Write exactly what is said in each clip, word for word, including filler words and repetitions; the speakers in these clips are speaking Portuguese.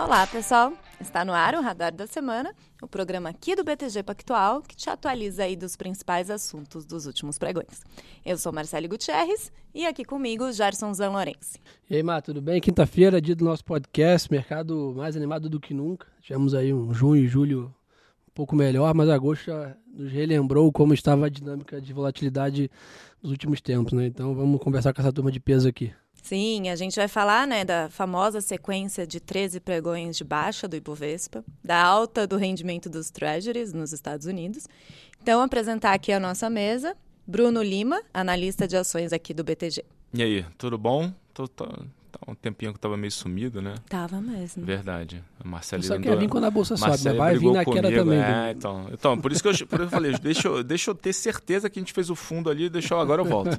Olá, pessoal! Está no ar o Radar da Semana, o programa aqui do B T G Pactual, que te atualiza aí dos principais assuntos dos últimos pregões. Eu sou Marcele Gutierrez e aqui comigo, Gerson Zanlorenzi. E aí, Má, tudo bem? Quinta-feira, dia do nosso podcast, mercado mais animado do que nunca. Tivemos aí um junho e julho um pouco melhor, mas agosto já nos relembrou como estava a dinâmica de volatilidade nos últimos tempos, né? Então vamos conversar com essa turma de peso aqui. Sim, a gente vai falar, né, da famosa sequência de treze pregões de baixa do Ibovespa, da alta do rendimento dos Treasuries nos Estados Unidos. Então, apresentar aqui a nossa mesa, Bruno Lima, analista de ações aqui do B T G. E aí, tudo bom? Tô, tô, tá um tempinho que eu tava meio sumido, né? Tava mesmo. Verdade. A Marcela Só quer vir quando a bolsa sobe, né? Vai vir na queda também. É, então, então, por isso que eu, por isso eu falei, deixa eu, deixa eu ter certeza que a gente fez o fundo ali, deixa eu, agora eu volto.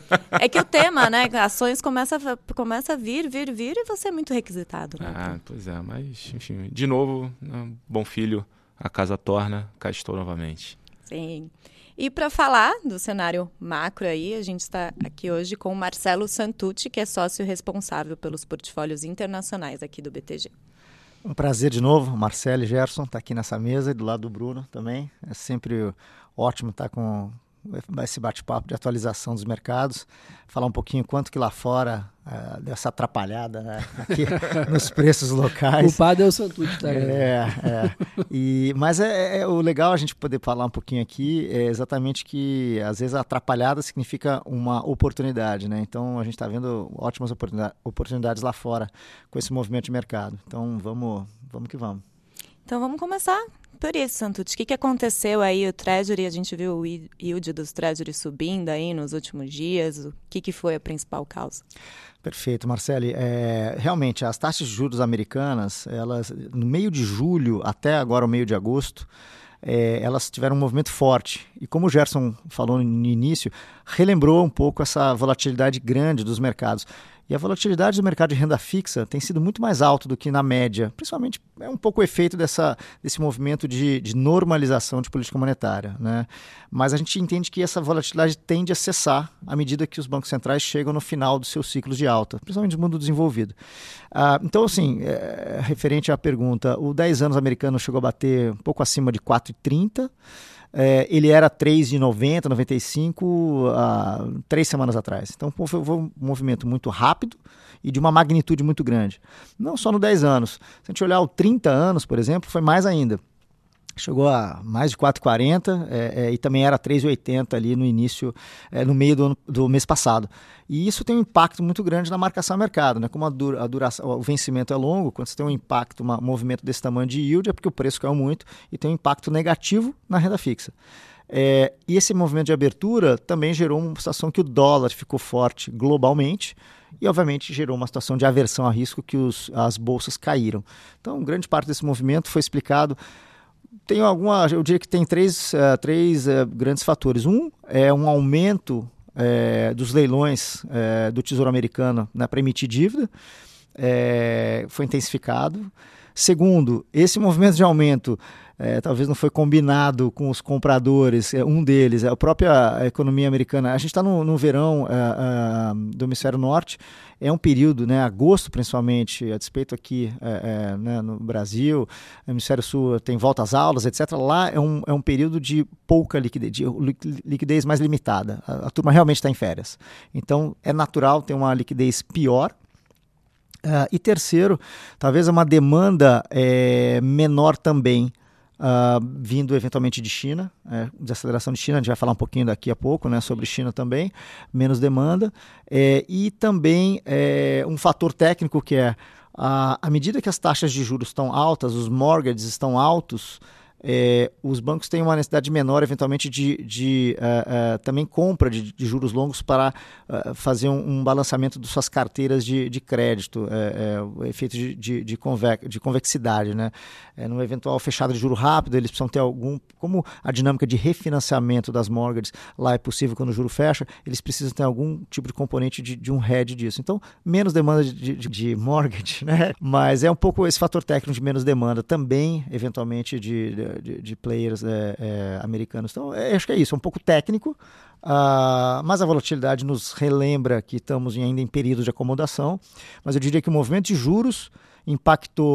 É que o tema, né? Ações começa a, começa a vir, vir, vir e você é muito requisitado. Né? Ah, pois é, mas, enfim, de novo, né, bom filho, a casa torna, cá estou novamente. Sim. E para falar do cenário macro aí, a gente está aqui hoje com o Marcelo Santucci, que é sócio responsável pelos portfólios internacionais aqui do B T G. Um prazer de novo, Marcelo e Gerson, estar tá aqui nessa mesa e do lado do Bruno também. É sempre ótimo estar com esse bate-papo de atualização dos mercados, falar um pouquinho quanto que lá fora uh, deu essa atrapalhada, né, aqui nos preços locais. O culpado é o Santucci, tá? É, é. E, mas é, é o legal a gente poder falar um pouquinho aqui é exatamente que às vezes a atrapalhada significa uma oportunidade, né? Então a gente está vendo ótimas oportunidades, oportunidades lá fora com esse movimento de mercado. Então vamos, vamos que vamos. Então vamos começar por isso, Santucci. O que, que aconteceu aí? O Treasury, a gente viu o yield dos Treasury subindo aí nos últimos dias. O que, que foi a principal causa? Perfeito, Marcele. É, realmente, as taxas de juros americanas, elas, no meio de julho até agora o meio de agosto, é, elas tiveram um movimento forte. E como o Gerson falou no início, relembrou um pouco essa volatilidade grande dos mercados. E a volatilidade do mercado de renda fixa tem sido muito mais alta do que na média. Principalmente é um pouco o efeito dessa, desse movimento de, de normalização de política monetária, né? Mas a gente entende que essa volatilidade tende a cessar à medida que os bancos centrais chegam no final dos seus ciclos de alta, principalmente no mundo desenvolvido. Ah, então, assim, é, referente à pergunta, o dez anos americano chegou a bater um pouco acima de quatro vírgula trinta. É, ele era três vírgula noventa, noventa e cinco há três semanas atrás. Então foi, foi um movimento muito rápido e de uma magnitude muito grande. Não só no dez anos. Se a gente olhar o trinta anos, por exemplo, foi mais ainda. Chegou a mais de quatro vírgula quarenta é, é, e também era três vírgula oitenta ali no início, é, no meio do, ano, do mês passado. E isso tem um impacto muito grande na marcação a mercado, né? Como a dura, a duração, o vencimento é longo, quando você tem um impacto, um movimento desse tamanho de yield, é porque o preço caiu muito e tem um impacto negativo na renda fixa. É, e esse movimento de abertura também gerou uma situação que o dólar ficou forte globalmente e, obviamente, gerou uma situação de aversão a risco que os, as bolsas caíram. Então, grande parte desse movimento foi explicado. Tem alguma, eu diria que tem três, uh, três uh, grandes fatores. Um é um aumento uh, dos leilões uh, do Tesouro Americano, né, para emitir dívida, uh, foi intensificado. Segundo, esse movimento de aumento é, talvez não foi combinado com os compradores, é, um deles, é a própria economia americana. A gente está no, no verão é, é, do hemisfério norte, é um período, né, agosto principalmente, a despeito aqui é, é, né, no Brasil, no hemisfério sul tem volta às aulas, etcétera. Lá é um, é um período de pouca liquidez, de liquidez mais limitada. A, a turma realmente está em férias. Então é natural ter uma liquidez pior. Uh, e terceiro, talvez uma demanda é, menor também, uh, vindo eventualmente de China, é, desaceleração de China, a gente vai falar um pouquinho daqui a pouco, né, sobre China também, menos demanda, é, e também é, um fator técnico que é, a, à medida que as taxas de juros estão altas, os mortgages estão altos, É, os bancos têm uma necessidade menor, eventualmente, de, de uh, uh, também compra de, de juros longos para uh, fazer um, um balançamento de suas carteiras de, de crédito, uh, uh, o efeito de, de, de, convex, de convexidade, né? Uh, no eventual fechado de juro rápido, eles precisam ter algum... Como a dinâmica de refinanciamento das mortgages lá é possível quando o juro fecha, eles precisam ter algum tipo de componente de, de um hedge disso. Então, menos demanda de, de, de mortgage, né? Mas é um pouco esse fator técnico de menos demanda também, eventualmente, de... de De, de players é, é, americanos. Então, é, acho que é isso, é um pouco técnico, uh, mas a volatilidade nos relembra que estamos ainda em período de acomodação, mas eu diria que o movimento de juros impactou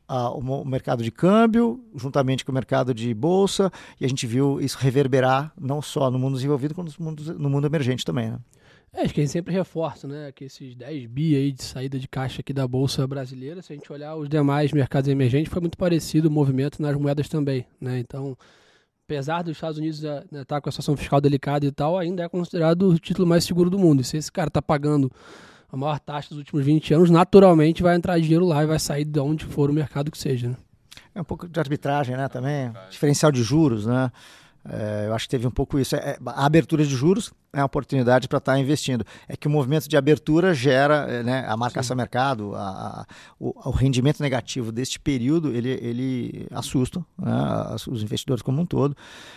a, o mercado de câmbio, juntamente com o mercado de bolsa, e a gente viu isso reverberar não só no mundo desenvolvido, como no mundo, no mundo emergente também, né? É, acho que a gente sempre reforça, né, que esses dez bi aí de saída de caixa aqui da Bolsa Brasileira, se a gente olhar os demais mercados emergentes, foi muito parecido o movimento nas moedas também, né? Então, apesar dos Estados Unidos estar né, tá com a situação fiscal delicada e tal, ainda é considerado o título mais seguro do mundo. E se esse cara está pagando a maior taxa dos últimos vinte anos, naturalmente vai entrar dinheiro lá e vai sair de onde for o mercado que seja, né? É um pouco de arbitragem, né, também, diferencial de juros, né? É, eu acho que teve um pouco isso. É, a abertura de juros é uma oportunidade para estar investindo. É que o movimento de abertura gera, né, a marcação a mercado, a, a, o, o rendimento negativo deste período, ele, ele assusta, né, os investidores como um todo.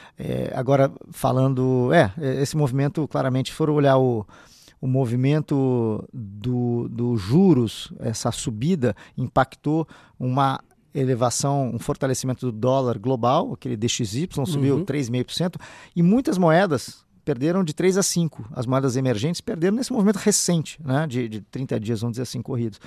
É, agora, falando... É, esse movimento, claramente, se for olhar o... O movimento do, do juros, essa subida, impactou uma elevação, um fortalecimento do dólar global, aquele D X Y subiu uhum. três vírgula cinco por cento, e muitas moedas perderam de três a cinco. As moedas emergentes perderam nesse movimento recente, né, de, de trinta dias, vamos dizer assim, corridos.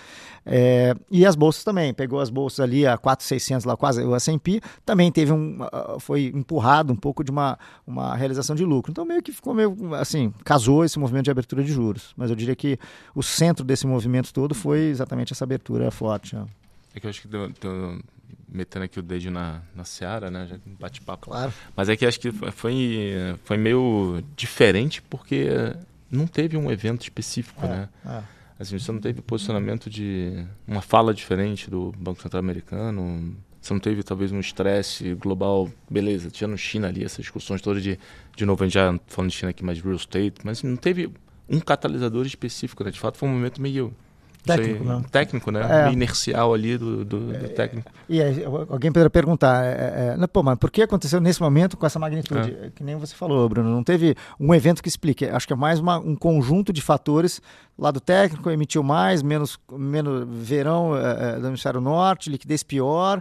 É, e as bolsas também, pegou as bolsas ali a quatro mil e seiscentos, lá quase o S and P, também teve um, foi empurrado um pouco de uma, uma realização de lucro. Então meio que ficou meio, assim, casou esse movimento de abertura de juros. Mas eu diria que o centro desse movimento todo foi exatamente essa abertura forte, né? É que eu acho que deu, deu, metendo aqui o dedo na, na seara, né? Já bate-papo. Claro. Mas é que acho que foi, foi meio diferente porque não teve um evento específico, é, né? É. Assim, você não teve posicionamento de... uma fala diferente do Banco Central Americano. Você não teve, talvez, um estresse global. Beleza, tinha no China ali essas discussões todas de... De novo, a gente já falando de China aqui, mais real estate. Mas não teve um catalisador específico, né? De fato, foi um momento meio... Técnico, né? Técnico, né? É. Meio inercial ali do, do, do técnico. E aí, alguém poderia perguntar, é, é, pô, mas por que aconteceu nesse momento com essa magnitude? É. Que nem você falou, Bruno, não teve um evento que explique. Acho que é mais uma, um conjunto de fatores. Lado técnico, emitiu mais, menos, menos verão é, do hemisfério norte, liquidez pior.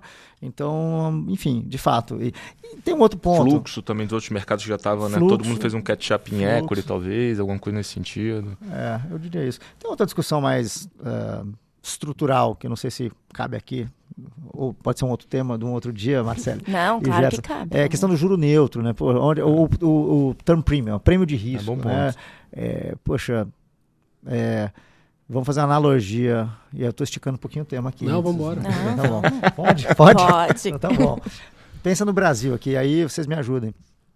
Então, enfim, de fato. E, e tem um outro ponto. Fluxo também dos outros mercados que já estavam, né? Todo mundo fez um catch-up em equity, talvez, alguma coisa nesse sentido. É, eu diria isso. Tem outra discussão mais uh, estrutural, que eu não sei se cabe aqui, ou pode ser um outro tema de um outro dia, Marcelo. Não, claro Gerson. que cabe. É a questão do juro neutro, né? Pô, onde, o, o, o term premium, o prêmio de risco. É bom ponto. Né? É, poxa... É, vamos fazer uma analogia. E eu estou esticando um pouquinho o tema aqui. Não, vamos embora. Tá bom. Pode? Pode? Pode. Então, tá bom. Pensa no Brasil aqui, aí vocês me ajudem.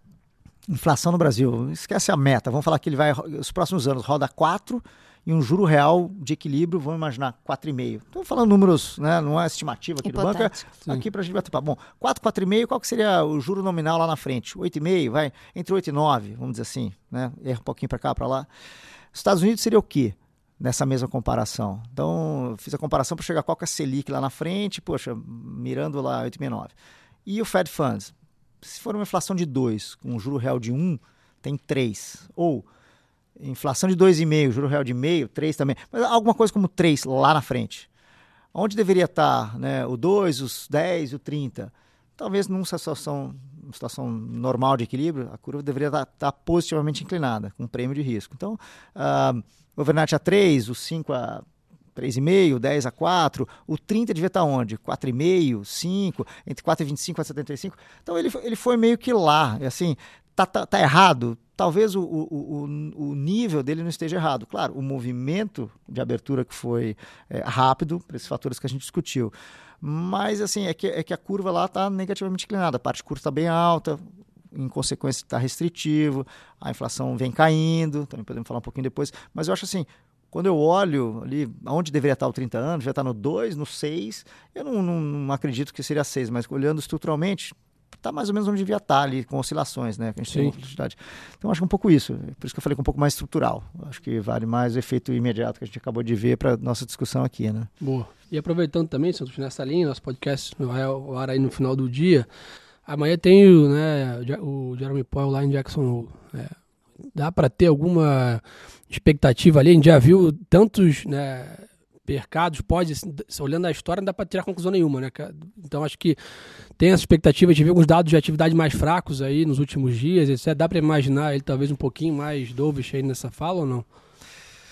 Inflação no Brasil, esquece a meta. Vamos falar que ele vai, os próximos anos, roda quatro e um juro real de equilíbrio, vamos imaginar, quatro vírgula cinco. Estou falando números, né, não é estimativa aqui do banco, é aqui para a gente bater papo. Bom, quatro, quatro vírgula cinco, qual que seria o juro nominal lá na frente? oito vírgula cinco, vai, entre oito e nove, vamos dizer assim, né? Erra um pouquinho para cá, para lá. Estados Unidos seria o quê? Nessa mesma comparação. Então, fiz a comparação para chegar qual que é a Selic lá na frente, poxa, mirando lá oito vírgula sessenta e nove. E o Fed Funds? Se for uma inflação de dois, com um juro real de um, tem três. Ou inflação de dois vírgula cinco, juro real de meio, três também. Mas alguma coisa como três lá na frente. Onde deveria estar, né, o dois, os dez, o trinta? Talvez numa situação, numa situação normal de equilíbrio, a curva deveria estar, estar positivamente inclinada, com prêmio de risco. Então, uh, o overnight a três, o cinco a três vírgula cinco, dez a quatro, o trinta devia estar onde? quatro vírgula cinco, cinco, entre quatro vírgula vinte e cinco e quatro vírgula setenta e cinco. Então ele, ele foi meio que lá, assim, tá, tá, tá errado? Talvez o, o, o, o nível dele não esteja errado. Claro, o movimento de abertura que foi é, rápido, para esses fatores que a gente discutiu. Mas, assim, é que, é que a curva lá está negativamente inclinada. A parte curta está bem alta, em consequência está restritivo, a inflação vem caindo, também podemos falar um pouquinho depois. Mas eu acho assim, quando eu olho ali, onde deveria estar o trinta anos, já está no dois, no seis, eu não, não, não acredito que seria seis, mas olhando estruturalmente, está mais ou menos onde devia estar ali, com oscilações, né? Que a gente tem uma velocidade. Então, acho que é um pouco isso. Por isso que eu falei que é um pouco mais estrutural. Acho que vale mais o efeito imediato que a gente acabou de ver para nossa discussão aqui, né? Boa. E aproveitando também, Santos, nessa linha, nosso podcast vai ao ar aí no final do dia. Amanhã tem o, né, o Jeremy Powell lá em Jackson Hole. É, dá para ter alguma expectativa ali? A gente já viu tantos, né, mercados, pode, olhando a história, não dá para tirar conclusão nenhuma, né? Então acho que tem essa expectativa de ver alguns dados de atividade mais fracos aí nos últimos dias, etcétera. Dá para imaginar ele talvez um pouquinho mais dovish aí nessa fala ou não?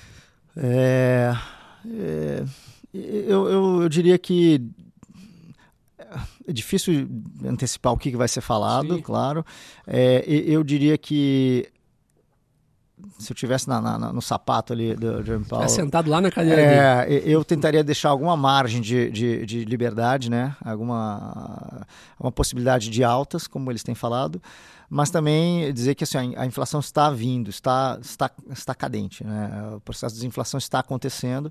É, é, eu, eu, eu diria que é difícil antecipar o que, que vai ser falado, Sim. claro. É, eu diria que se eu estivesse na, na, no sapato ali do Jerome Powell... É sentado lá na cadeira é, dele. Eu tentaria deixar alguma margem de, de, de liberdade, né? Alguma, alguma possibilidade de altas, como eles têm falado, mas também dizer que assim, a inflação está vindo, está, está, está cadente, né? O processo de desinflação está acontecendo.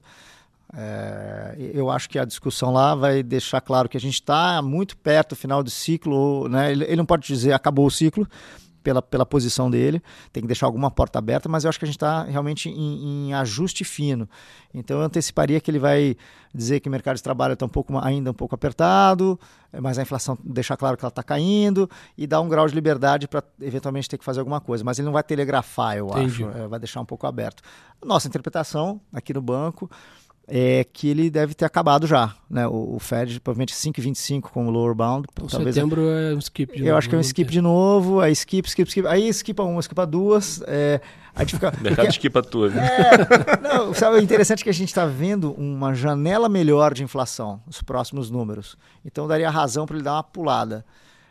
É, eu acho que a discussão lá vai deixar claro que a gente está muito perto do final do ciclo, né? Ele, ele não pode dizer acabou o ciclo, Pela, pela posição dele, tem que deixar alguma porta aberta, mas eu acho que a gente está realmente em, em ajuste fino. Então eu anteciparia que ele vai dizer que o mercado de trabalho está um pouco, ainda um pouco apertado, mas a inflação deixar claro que ela está caindo e dar um grau de liberdade para eventualmente ter que fazer alguma coisa. Mas ele não vai telegrafar, eu Entendi. acho, é, vai deixar um pouco aberto. Nossa interpretação aqui no banco é que ele deve ter acabado já, né? O, o Fed provavelmente cinco vírgula vinte e cinco como lower bound. Então, talvez setembro é um skip de eu novo. acho que é um skip de novo, aí skip, skip, skip, aí skipa uma, skipa duas, é, aí fica... O mercado porque, skipa tudo. é, não, sabe, o interessante é que a gente está vendo uma janela melhor de inflação, os próximos números, então daria razão para ele dar uma pulada.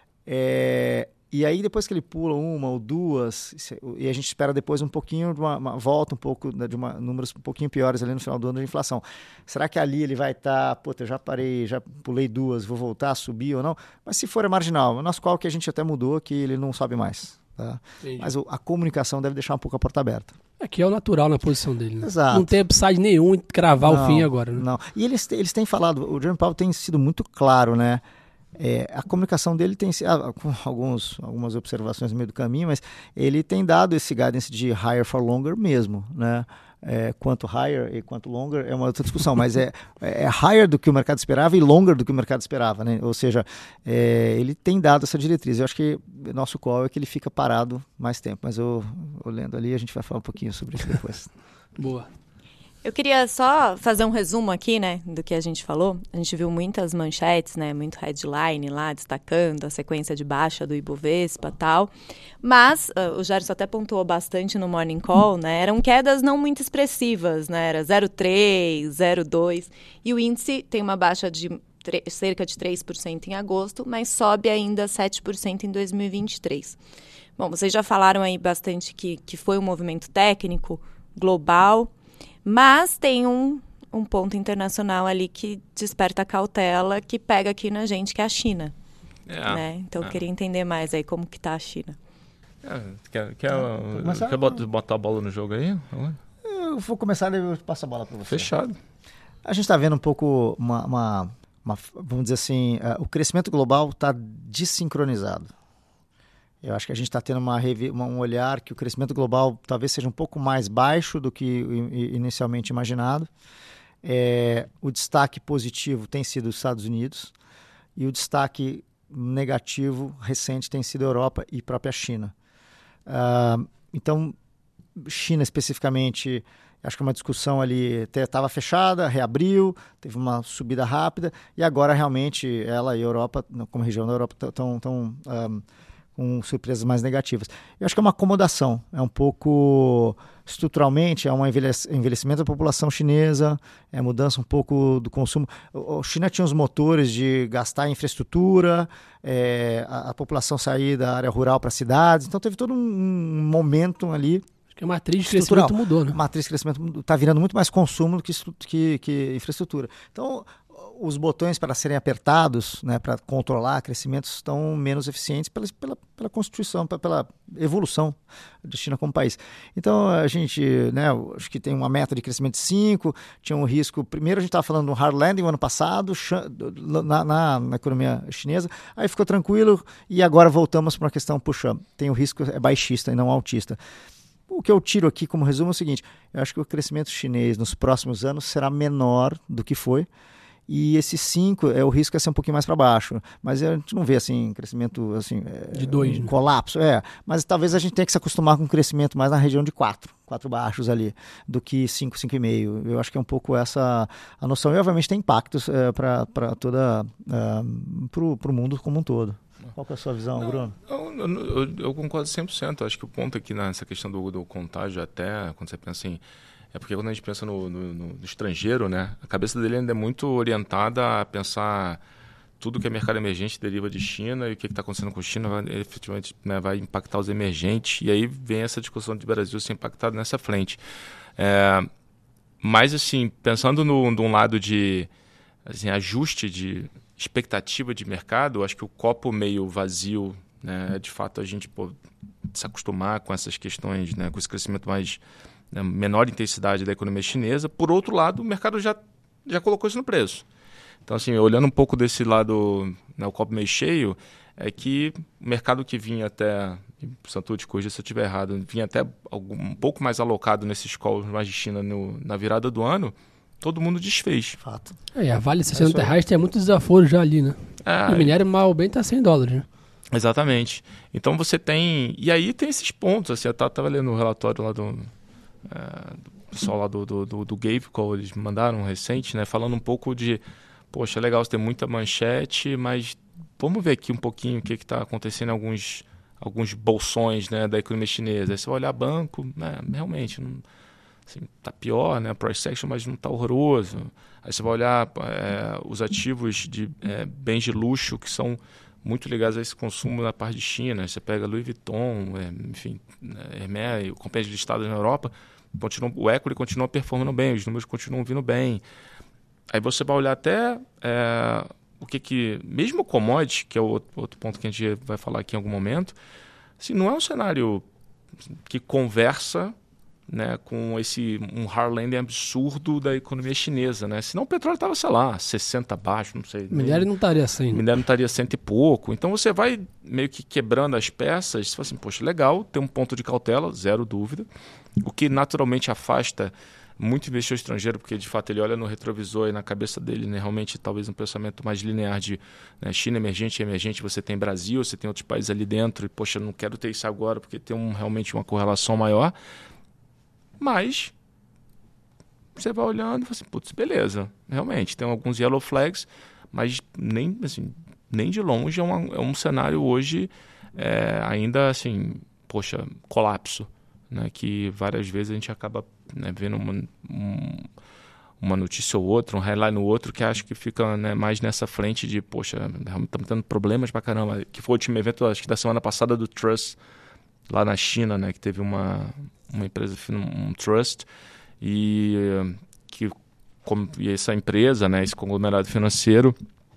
É, e aí depois que ele pula uma ou duas, e a gente espera depois um pouquinho de uma, uma volta, um pouco de uma, números um pouquinho piores ali no final do ano de inflação. Será que ali ele vai estar, tá, puta, eu já parei, já pulei duas, vou voltar a subir ou não? Mas se for é marginal, o nosso qual que a gente até mudou, que ele não sobe mais. Tá? Mas o, a comunicação deve deixar um pouco a porta aberta. Aqui é o natural na posição dele. Né? Exato. Não tem upside nenhum em cravar não, o fim agora. Né? Não. E eles, eles têm falado, o Jerome Powell tem sido muito claro, né? É, a comunicação dele tem ah, com alguns, algumas observações no meio do caminho, mas ele tem dado esse guidance de higher for longer mesmo, né? É, quanto higher e quanto longer é uma outra discussão, mas é, é higher do que o mercado esperava e longer do que o mercado esperava, né? Ou seja, é, ele tem dado essa diretriz. Eu acho que nosso call é que ele fica parado mais tempo, mas eu, olhando ali a gente vai falar um pouquinho sobre isso depois. Boa. Eu queria só fazer um resumo aqui, né, do que a gente falou. A gente viu muitas manchetes, né, muito headline lá, destacando a sequência de baixa do Ibovespa e tal. Mas, uh, o Gerson até pontuou bastante no Morning Call, né, eram quedas não muito expressivas, né, era zero vírgula três, zero vírgula dois. E o índice tem uma baixa de cerca de três por cento em agosto, mas sobe ainda sete por cento em dois mil e vinte e três. Bom, vocês já falaram aí bastante que, que foi um movimento técnico global, mas tem um, um ponto internacional ali que desperta cautela, que pega aqui na gente, que é a China. É, né? Então, é. eu queria entender mais aí como que está a China. É, quer quer, é, quer botar, botar a bola no jogo aí? Eu vou começar e eu passo a bola para você. Fechado. A gente está vendo um pouco, uma, uma, uma, vamos dizer assim, uh, o crescimento global está desincronizado. Eu acho que a gente está tendo uma, uma, um olhar que o crescimento global talvez seja um pouco mais baixo do que inicialmente imaginado. É, o destaque positivo tem sido os Estados Unidos e o destaque negativo recente tem sido a Europa e própria China. Uh, então, China especificamente, acho que uma discussão ali estava fechada, reabriu, teve uma subida rápida e agora realmente ela e a Europa, como região da Europa, estão... Um, com surpresas mais negativas. Eu acho que é uma acomodação, é um pouco estruturalmente, é um envelhecimento da população chinesa, é mudança um pouco do consumo. A China tinha os motores de gastar em infraestrutura, é, a, a população sair da área rural para cidades, então teve todo um, um momento ali. Acho que a matriz de crescimento mudou, né? A matriz de crescimento está virando muito mais consumo do que, que, que infraestrutura. Então, os botões para serem apertados, né, para controlar crescimentos, estão menos eficientes pela, pela, pela constituição, pela evolução da China como país. Então, a gente, né, acho que tem uma meta de crescimento de cinco, tinha um risco... Primeiro, a gente estava falando do hard landing no ano passado, na, na, na economia chinesa, aí ficou tranquilo e agora voltamos para uma questão, puxa, tem o risco, é baixista e não altista. O que eu tiro aqui como resumo é o seguinte, eu acho que o crescimento chinês nos próximos anos será menor do que foi, e esses cinco, é, o risco é ser um pouquinho mais para baixo. Mas a gente não vê assim, crescimento assim, é, de dois, um né? colapso. É. Mas talvez a gente tenha que se acostumar com um crescimento mais na região de quatro, quatro baixos ali, do que cinco, cinco vírgula cinco. Eu acho que é um pouco essa a noção. E obviamente tem impactos é, para toda uh, para o mundo como um todo. Qual que é a sua visão, não, Bruno? Eu, eu, eu concordo cem por cento. Acho que o ponto aqui nessa questão do, do contágio, até quando você pensa em... É porque quando a gente pensa no, no, no estrangeiro, né, a cabeça dele ainda é muito orientada a pensar tudo que é mercado emergente deriva de China, e o que está acontecendo com a China vai, efetivamente, né, vai impactar os emergentes, e aí vem essa discussão de Brasil ser impactado nessa frente. É, mas, assim, pensando no, num lado de assim, ajuste de expectativa de mercado, eu acho que o copo meio vazio, né, é de fato a gente pô, se acostumar com essas questões, né, com esse crescimento mais, né, menor intensidade da economia chinesa. Por outro lado, o mercado já, já colocou isso no preço. Então, assim, olhando um pouco desse lado, né, o copo meio cheio, é que o mercado que vinha até, Santucci, corrija se eu estiver errado, vinha até algum, um pouco mais alocado nesses calls mais de China no, na virada do ano, todo mundo desfez. Fato. É, a Vale sessenta reais tem muito desaforo já ali, né? É, e o minério mal bem tá cem dólares, né? Exatamente. Então você tem... E aí tem esses pontos, assim, eu estava lendo o relatório lá do... É, do pessoal lá do, do, do, do Gavecall, eles mandaram recente, né? Falando um pouco de... Poxa, é legal, você tem muita manchete, mas vamos ver aqui um pouquinho o que está acontecendo em alguns, alguns bolsões, né, da economia chinesa. Aí você vai olhar banco, né, realmente, não, assim, tá pior, né, price action, mas não está horroroso. Aí você vai olhar é, os ativos de é, bens de luxo que são muito ligados a esse consumo na parte de China. Você pega Louis Vuitton, é, enfim, Hermès, companhias listadas na Europa, continua, o equity continua performando bem, os números continuam vindo bem. Aí você vai olhar até é, o que que... Mesmo o commodity, que é o outro, outro ponto que a gente vai falar aqui em algum momento, assim, não é um cenário que conversa, né, com esse um hard landing absurdo da economia chinesa. Né? Senão o petróleo estava, sei lá, sessenta abaixo, não sei. O minério não estaria assim. O minério não estaria cento e pouco. Então você vai meio que quebrando as peças. Você fala assim, poxa, legal, tem um ponto de cautela, zero dúvida. O que naturalmente afasta muito investidor estrangeiro, porque de fato ele olha no retrovisor e na cabeça dele, né, realmente talvez um pensamento mais linear de, né, China emergente e emergente, você tem Brasil, você tem outros países ali dentro, e poxa, não quero ter isso agora porque tem um, realmente uma correlação maior. Mas você vai olhando e fala assim, putz, beleza, realmente tem alguns yellow flags, mas nem, assim, nem de longe é, uma, é um cenário hoje é, ainda assim, poxa, colapso. Né, que várias vezes a gente acaba, né, vendo uma, um, uma notícia ou outra, um headline ou outro, que acho que fica, né, mais nessa frente de, poxa, estamos tendo problemas pra caramba. Que foi o último evento, acho que da semana passada, do Trust, lá na China, né, que teve uma, uma empresa, um Trust, e, que, como, e essa empresa, né, esse conglomerado financeiro,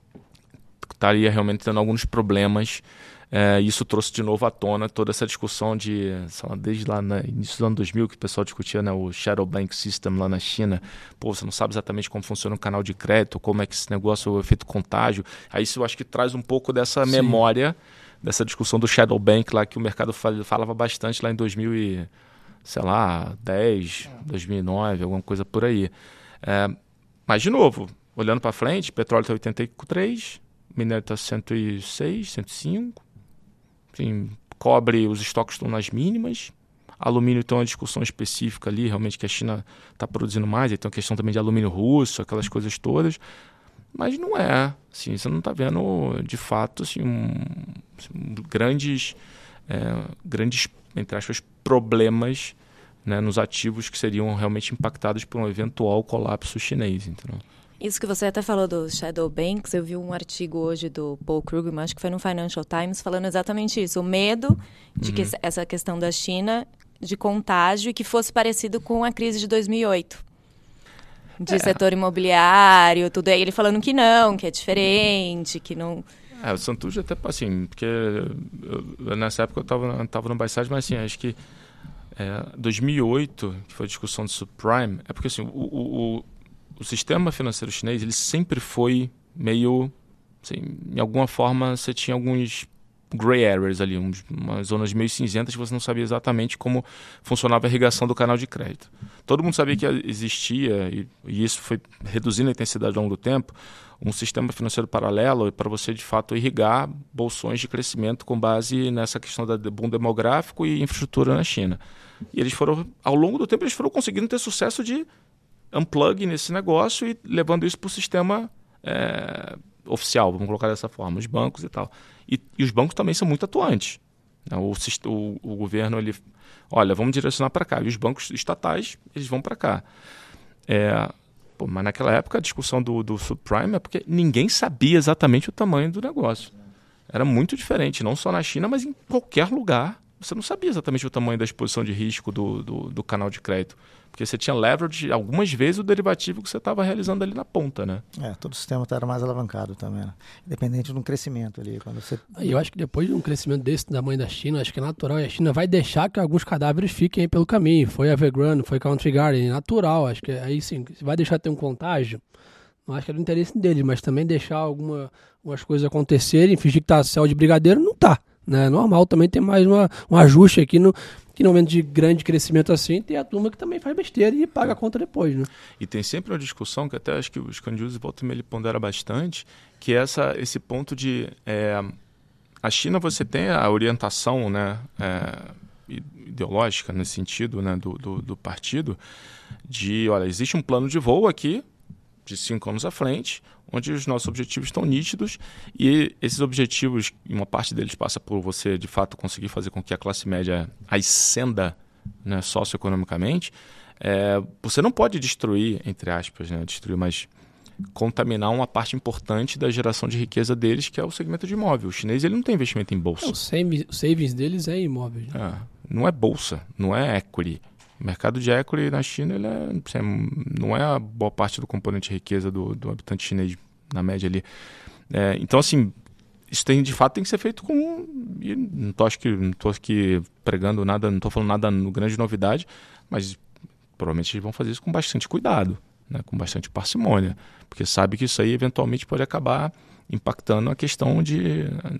estaria realmente tendo alguns problemas. É, isso trouxe de novo à tona toda essa discussão de, sei lá, desde lá no início do ano dois mil, que o pessoal discutia, né, o Shadow Bank System lá na China. Pô, você não sabe exatamente como funciona o canal de crédito, como é que esse negócio, o efeito contágio. Aí isso eu acho que traz um pouco dessa Sim. memória, dessa discussão do Shadow Bank lá, que o mercado falava bastante lá em dois mil e, sei lá, dez, dois mil e nove, alguma coisa por aí. É, mas, de novo, olhando para frente, petróleo está oitenta e três, minério está cento e seis, cento e cinco. Enfim, cobre, os estoques estão nas mínimas. Alumínio tem uma discussão específica ali, realmente, que a China está produzindo mais. Aí tem uma questão também de alumínio russo, aquelas coisas todas. Mas não é. Assim, você não está vendo, de fato, assim, um, assim, grandes, é, grandes, entre aspas, problemas, né, nos ativos que seriam realmente impactados por um eventual colapso chinês. Entendeu? Isso que você até falou dos shadow banks, eu vi um artigo hoje do Paul Krugman, acho que foi no Financial Times, falando exatamente isso, o medo de uhum. que essa questão da China de contágio e que fosse parecido com a crise de dois mil e oito. De é. setor imobiliário, tudo aí, ele falando que não, que é diferente, que não... É, o Santucci até, assim, porque eu, nessa época eu estava tava no buy side, mas assim, acho que é, dois mil e oito, que foi a discussão do subprime, é porque assim, o, o, o O sistema financeiro chinês, ele sempre foi meio, assim, em alguma forma você tinha alguns gray areas ali, uns, umas zonas meio cinzentas que você não sabia exatamente como funcionava a irrigação do canal de crédito. Todo mundo sabia que existia, e, e isso foi reduzindo a intensidade ao longo do tempo, um sistema financeiro paralelo para você, de fato, irrigar bolsões de crescimento com base nessa questão do boom demográfico e infraestrutura na China. E eles foram, ao longo do tempo, eles foram conseguindo ter sucesso de unplug nesse negócio e levando isso para o sistema é, oficial, vamos colocar dessa forma, os bancos e tal. E, e os bancos também são muito atuantes. Né? O, o, o governo, ele, olha, vamos direcionar para cá. E os bancos estatais, eles vão para cá. É, Pô, mas naquela época a discussão do, do subprime é porque ninguém sabia exatamente o tamanho do negócio. Era muito diferente, não só na China, mas em qualquer lugar. Você não sabia exatamente o tamanho da exposição de risco do, do, do canal de crédito. Porque você tinha leverage algumas vezes o derivativo que você estava realizando ali na ponta, né? É, todo o sistema era mais alavancado também, né? Independente de um crescimento ali. Quando você... Eu acho que depois de um crescimento desse da mãe da China, acho que é natural. E a China vai deixar que alguns cadáveres fiquem aí pelo caminho. Foi a Evergrande, foi a Country Garden, natural. Acho que aí sim, vai deixar ter um contágio. Não acho que é do interesse dele, mas também deixar alguma, algumas coisas acontecerem, fingir que tá céu de brigadeiro, não tá. Né? É normal também ter mais uma, um ajuste aqui no... que no momento de grande crescimento assim, tem a turma que também faz besteira e paga a conta depois, né? E tem sempre uma discussão que até acho que o Scanduzzi volta e meia ele pondera bastante, que é essa, esse ponto de... É, a China você tem a orientação, né, é, ideológica nesse sentido, né, do, do, do partido, de, olha, existe um plano de voo aqui, de cinco anos à frente, onde os nossos objetivos estão nítidos e esses objetivos, uma parte deles passa por você, de fato, conseguir fazer com que a classe média ascenda, né, socioeconomicamente. É, você não pode destruir, entre aspas, né, destruir, mas contaminar uma parte importante da geração de riqueza deles, que é o segmento de imóvel. O chinês ele não tem investimento em bolsa. O savings deles é imóvel. É, não é bolsa, não é equity. O mercado de equity na China ele é, não é a boa parte do componente de riqueza do, do habitante chinês, na média ali. É, então, assim, isso tem, de fato tem que ser feito com... E não estou aqui pregando nada, não estou falando nada no grande novidade, mas provavelmente eles vão fazer isso com bastante cuidado, né, com bastante parcimônia, porque sabe que isso aí eventualmente pode acabar impactando a questão de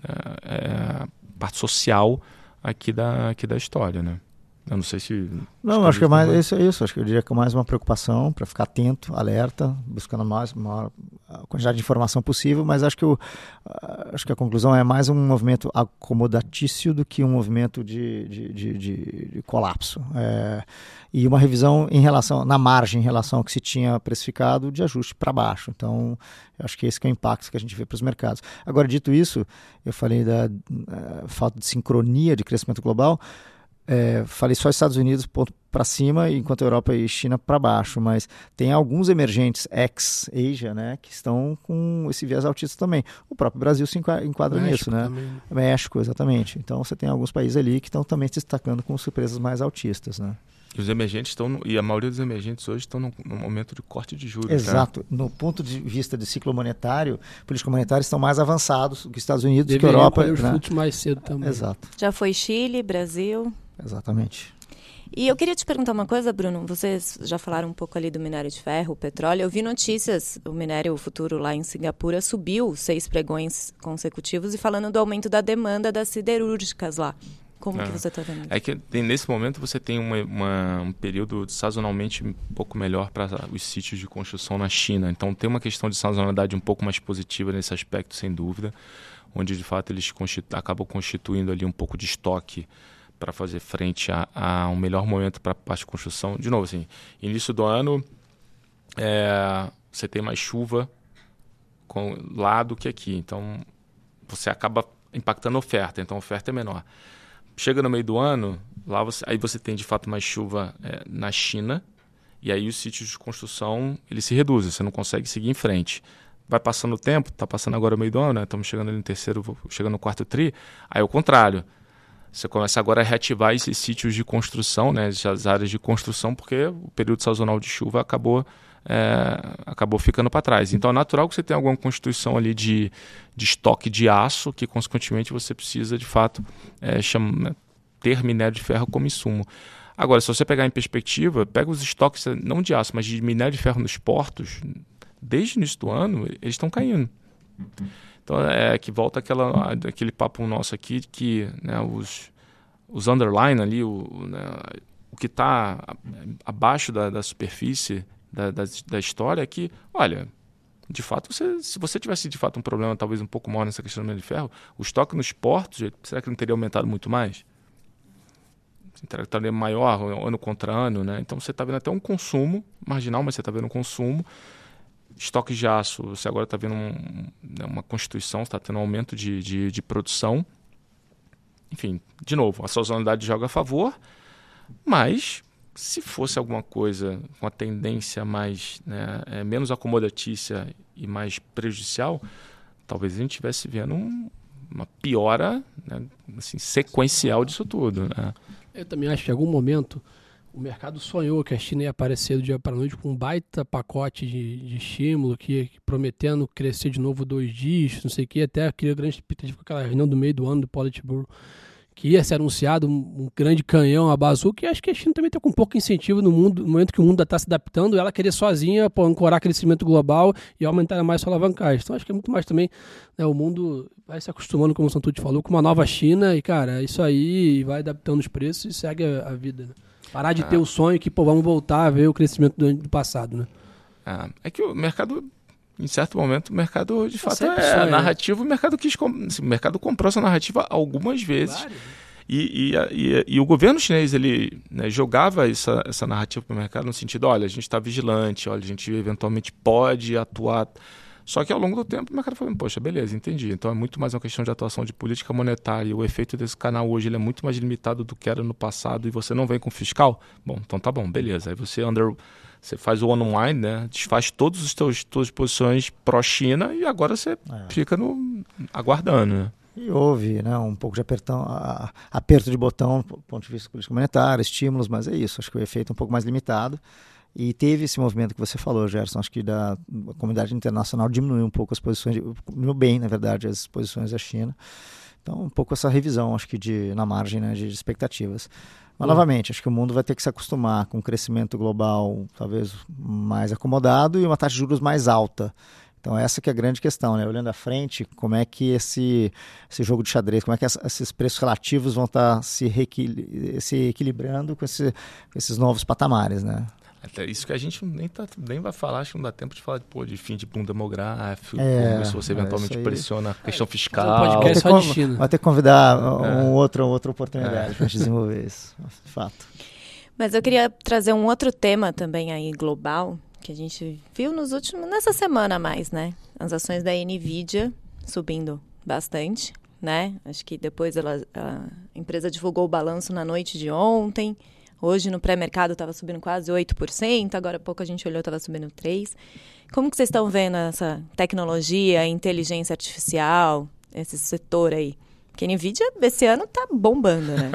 é, parte social aqui da, aqui da história, né? Eu não sei se... Não, acho que é mais isso, é isso. Acho que eu diria que é mais uma preocupação para ficar atento, alerta, buscando mais maior quantidade de informação possível, mas acho que, o, acho que a conclusão é mais um movimento acomodatício do que um movimento de, de, de, de, de colapso. É, e uma revisão em relação, na margem, em relação ao que se tinha precificado, de ajuste para baixo. Então, eu acho que esse que é o impacto que a gente vê para os mercados. Agora, dito isso, eu falei da uh, falta de sincronia de crescimento global. É, falei só Estados Unidos para cima, enquanto Europa e China para baixo, mas tem alguns emergentes ex-Asia, né, que estão com esse viés altista também. O próprio Brasil se enquadra México nisso, né? Também. México, exatamente. Então você tem alguns países ali que estão também se destacando com surpresas mais altistas, né? E os emergentes estão, no, e a maioria dos emergentes hoje estão no, no momento de corte de juros. Exato. Né? No ponto de vista de ciclo monetário, políticos monetários estão mais avançados do que Estados Unidos, Deveriam que a Europa. Os né? frutos mais cedo também. Exato. Já foi Chile, Brasil. Exatamente. E eu queria te perguntar uma coisa, Bruno. Vocês já falaram um pouco ali do minério de ferro, o petróleo. Eu vi notícias, o minério futuro lá em Singapura subiu seis pregões consecutivos e falando do aumento da demanda das siderúrgicas lá. Como é. que você está vendo isso? É que tem, nesse momento você tem uma, uma, um período sazonalmente um pouco melhor para os sítios de construção na China. Então tem uma questão de sazonalidade um pouco mais positiva nesse aspecto, sem dúvida, onde de fato eles constitu- acabam constituindo ali um pouco de estoque para fazer frente a, a um melhor momento para a parte de construção. De novo, assim, início do ano, é, você tem mais chuva com, lá do que aqui. Então, você acaba impactando a oferta. Então, a oferta é menor. Chega no meio do ano, lá você, aí você tem, de fato, mais chuva é, na China. E aí os sítios de construção, eles se reduzem. Você não consegue seguir em frente. Vai passando o tempo, está passando agora o meio do ano, né? Estamos chegando ali no terceiro, chegando no quarto tri. Aí, ao contrário. Você começa agora a reativar esses sítios de construção, né, as áreas de construção, porque o período sazonal de chuva acabou, é, acabou ficando para trás. Então é natural que você tenha alguma constituição ali de, de estoque de aço, que consequentemente você precisa, de fato, é, chama, ter minério de ferro como insumo. Agora, se você pegar em perspectiva, pega os estoques, não de aço, mas de minério de ferro nos portos, desde o início do ano, eles estão caindo. Então, é que volta aquela, aquele papo nosso aqui, que né, os, os underline ali, o, né, o que está abaixo da, da superfície da, da, da história é que, olha, de fato, você, se você tivesse de fato um problema talvez um pouco maior nessa questão do minério de ferro, o estoque nos portos, será que não teria aumentado muito mais? Será que estaria maior ano contra ano? Né? Então, você está vendo até um consumo marginal, mas você está vendo um consumo. Estoques de aço, você agora está vendo um, uma constituição, está tendo um aumento de, de, de produção. Enfim, de novo, a sazonalidade joga a favor, mas se fosse alguma coisa com a tendência mais, né, é, menos acomodatícia e mais prejudicial, talvez a gente estivesse vendo um, uma piora, né, assim, sequencial disso tudo. Né? Eu também acho que em algum momento o mercado sonhou que a China ia aparecer do dia para a noite com um baita pacote de, de estímulo, que ia prometendo crescer de novo dois dígitos, não sei o que, até aquela grande expectativa com aquela reunião do meio do ano do Politburo, que ia ser anunciado um, um grande canhão, a bazuca, e acho que a China também está com um pouco incentivo no mundo, no momento que o mundo está se adaptando, ela querer sozinha pô, ancorar crescimento global e aumentar mais sua alavancagem. Então acho que é muito mais também, né, o mundo vai se acostumando, como o Santucci falou, com uma nova China, e cara, é isso aí, vai adaptando os preços e segue a, a vida, né? Parar de ah. ter o sonho que, pô, vamos voltar a ver o crescimento do, do passado, né? Ah, é que o mercado... Em certo momento, o mercado, de fato, Sempre é sonha, narrativo. O mercado, quis, assim, o mercado comprou essa narrativa algumas vezes. Claro. E, e, e, e o governo chinês, ele, né, jogava essa, essa narrativa para o mercado no sentido, olha, a gente está vigilante, olha, a gente eventualmente pode atuar. Só que ao longo do tempo o mercado falou, poxa, beleza, entendi. Então é muito mais uma questão de atuação de política monetária. O efeito desse canal hoje ele é muito mais limitado do que era no passado e você não vem com fiscal? Bom, então tá bom, beleza. Aí você under... Você faz o unwind, né? Desfaz todos os teus todas as posições pró-China e agora você é. fica no, aguardando, né? E houve, né, um pouco de apertão, a, aperto de botão do ponto de vista político monetário, estímulos, mas é isso. Acho que o efeito é um pouco mais limitado. E teve esse movimento que você falou, Gerson, acho que da comunidade internacional diminuiu um pouco as posições, diminuiu bem, na verdade, as posições da China. Então, um pouco essa revisão, acho que de, na margem, né, de expectativas. Mas, novamente, acho que o mundo vai ter que se acostumar com um crescimento global talvez mais acomodado e uma taxa de juros mais alta. Então, essa que é a grande questão, né? Olhando à frente, como é que esse, esse jogo de xadrez, como é que esses preços relativos vão estar se, reequil- se equilibrando com, esse, com esses novos patamares, né? Até isso que a gente nem, tá, nem vai falar, acho que não dá tempo de falar pô, de fim de boom demográfico, é, como isso você eventualmente é pressiona a questão é, fiscal. Um podcast só de China. Vai ter que convidar é. um outro, outra oportunidade é. para a gente desenvolver isso, de fato. Mas eu queria trazer um outro tema também aí global, que a gente viu nos últimos, nessa semana mais, né? As ações da NVIDIA subindo bastante, né? Acho que depois ela, a empresa divulgou o balanço na noite de ontem. Hoje no pré-mercado estava subindo quase oito por cento, agora há pouco a gente olhou, estava subindo três por cento. Como que vocês estão vendo essa tecnologia, inteligência artificial, esse setor aí? Porque a NVIDIA esse ano está bombando, né?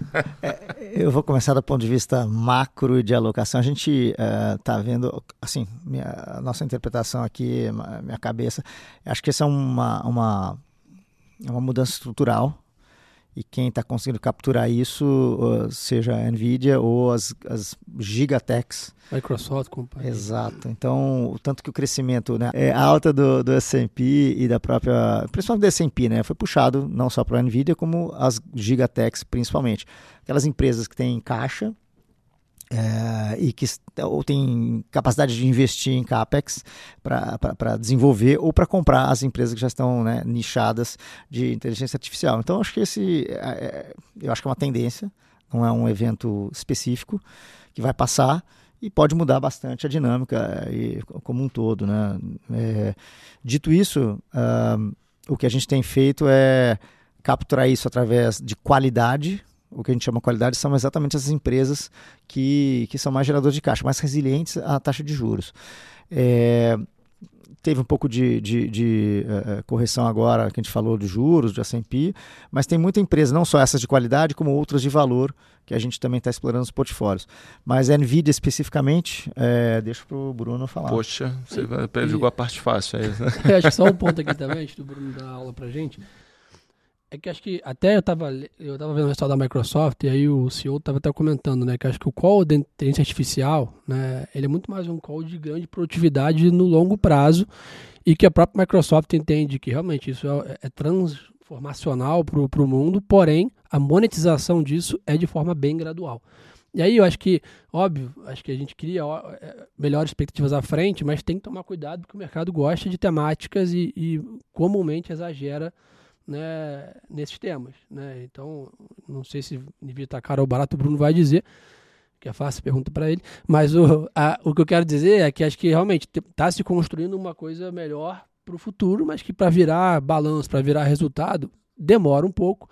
é, eu vou começar do ponto de vista macro de alocação. A gente está uh, vendo, assim, minha, a nossa interpretação aqui, minha cabeça, acho que essa é uma, uma, uma mudança estrutural. E quem está conseguindo capturar isso, seja a NVIDIA ou as, as gigatechs. Microsoft, companhia. Exato. Então, tanto que o crescimento, né, é alta do, do S and P e da própria, principalmente do S and P, né, foi puxado não só para a NVIDIA, como as gigatechs principalmente. Aquelas empresas que têm caixa, É, e que ou tem capacidade de investir em CAPEX para desenvolver ou para comprar as empresas que já estão, né, nichadas de inteligência artificial. Então, acho que esse é, eu acho que é uma tendência, não é um evento específico que vai passar e pode mudar bastante a dinâmica e, como um todo, né? É, dito isso, uh, o que a gente tem feito é capturar isso através de qualidade. O que a gente chama de qualidade são exatamente essas empresas que, que são mais geradoras de caixa, mais resilientes à taxa de juros. É, teve um pouco de, de, de uh, correção agora, que a gente falou de juros, de S and P, mas tem muita empresa, não só essas de qualidade, como outras de valor, que a gente também está explorando nos portfólios. Mas a NVIDIA especificamente, é, deixa para o Bruno falar. Poxa, você e, jogou a parte fácil aí. Né? Eu acho que só um ponto aqui também, antes do Bruno dar aula para a gente. É que acho que até eu tava, eu tava vendo o resultado da Microsoft e aí o C E O tava até comentando, né, que acho que o call de inteligência artificial, né, ele é muito mais um call de grande produtividade no longo prazo e que a própria Microsoft entende que realmente isso é, é transformacional pro, pro mundo, porém a monetização disso é de forma bem gradual. E aí eu acho que, óbvio, acho que a gente cria ó, melhores expectativas à frente, mas tem que tomar cuidado porque o mercado gosta de temáticas e, e comumente exagera, né, nesses temas, né? Então, não sei se devia estar caro ou barato, o Bruno vai dizer, que é fácil, pergunta para ele, mas o, a, o que eu quero dizer é que acho que realmente está se construindo uma coisa melhor para o futuro, mas que para virar balanço, para virar resultado, demora um pouco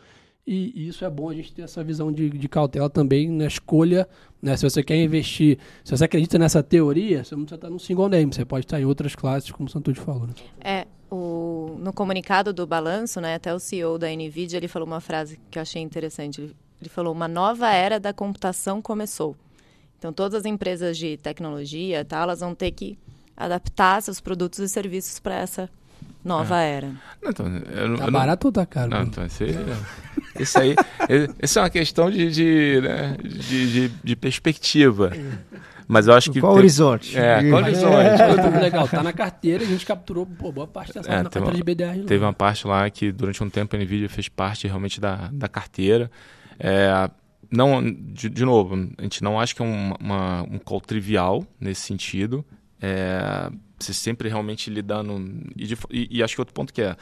e, e isso é bom a gente ter essa visão de, de cautela também na escolha, né? Se você quer investir, se você acredita nessa teoria, você não precisa estar no single name, você pode estar em outras classes, como o Santucci falou. Né? É, o, no comunicado do balanço, né, até o C E O da NVIDIA, ele falou uma frase que eu achei interessante. Ele, ele falou, uma nova era da computação começou. Então, todas as empresas de tecnologia, tá, elas vão ter que adaptar seus produtos e serviços para essa nova é. era. Não, então, eu, tá eu barato não, ou tá caro? Não, então, esse, esse aí, esse é uma questão de, de, né, de, de, de perspectiva. Mas eu acho que... Qual tem, horizonte? É, qual horizonte? É, tudo legal. Tá na carteira, a gente capturou pô, boa parte dessa é, na carteira de B D R. Teve uma parte lá que durante um tempo a NVIDIA fez parte realmente da, da carteira. É, não, de, de novo, a gente não acha que é uma, uma, um call trivial nesse sentido. É, você sempre realmente lidando... E, de, e, e acho que outro ponto que é...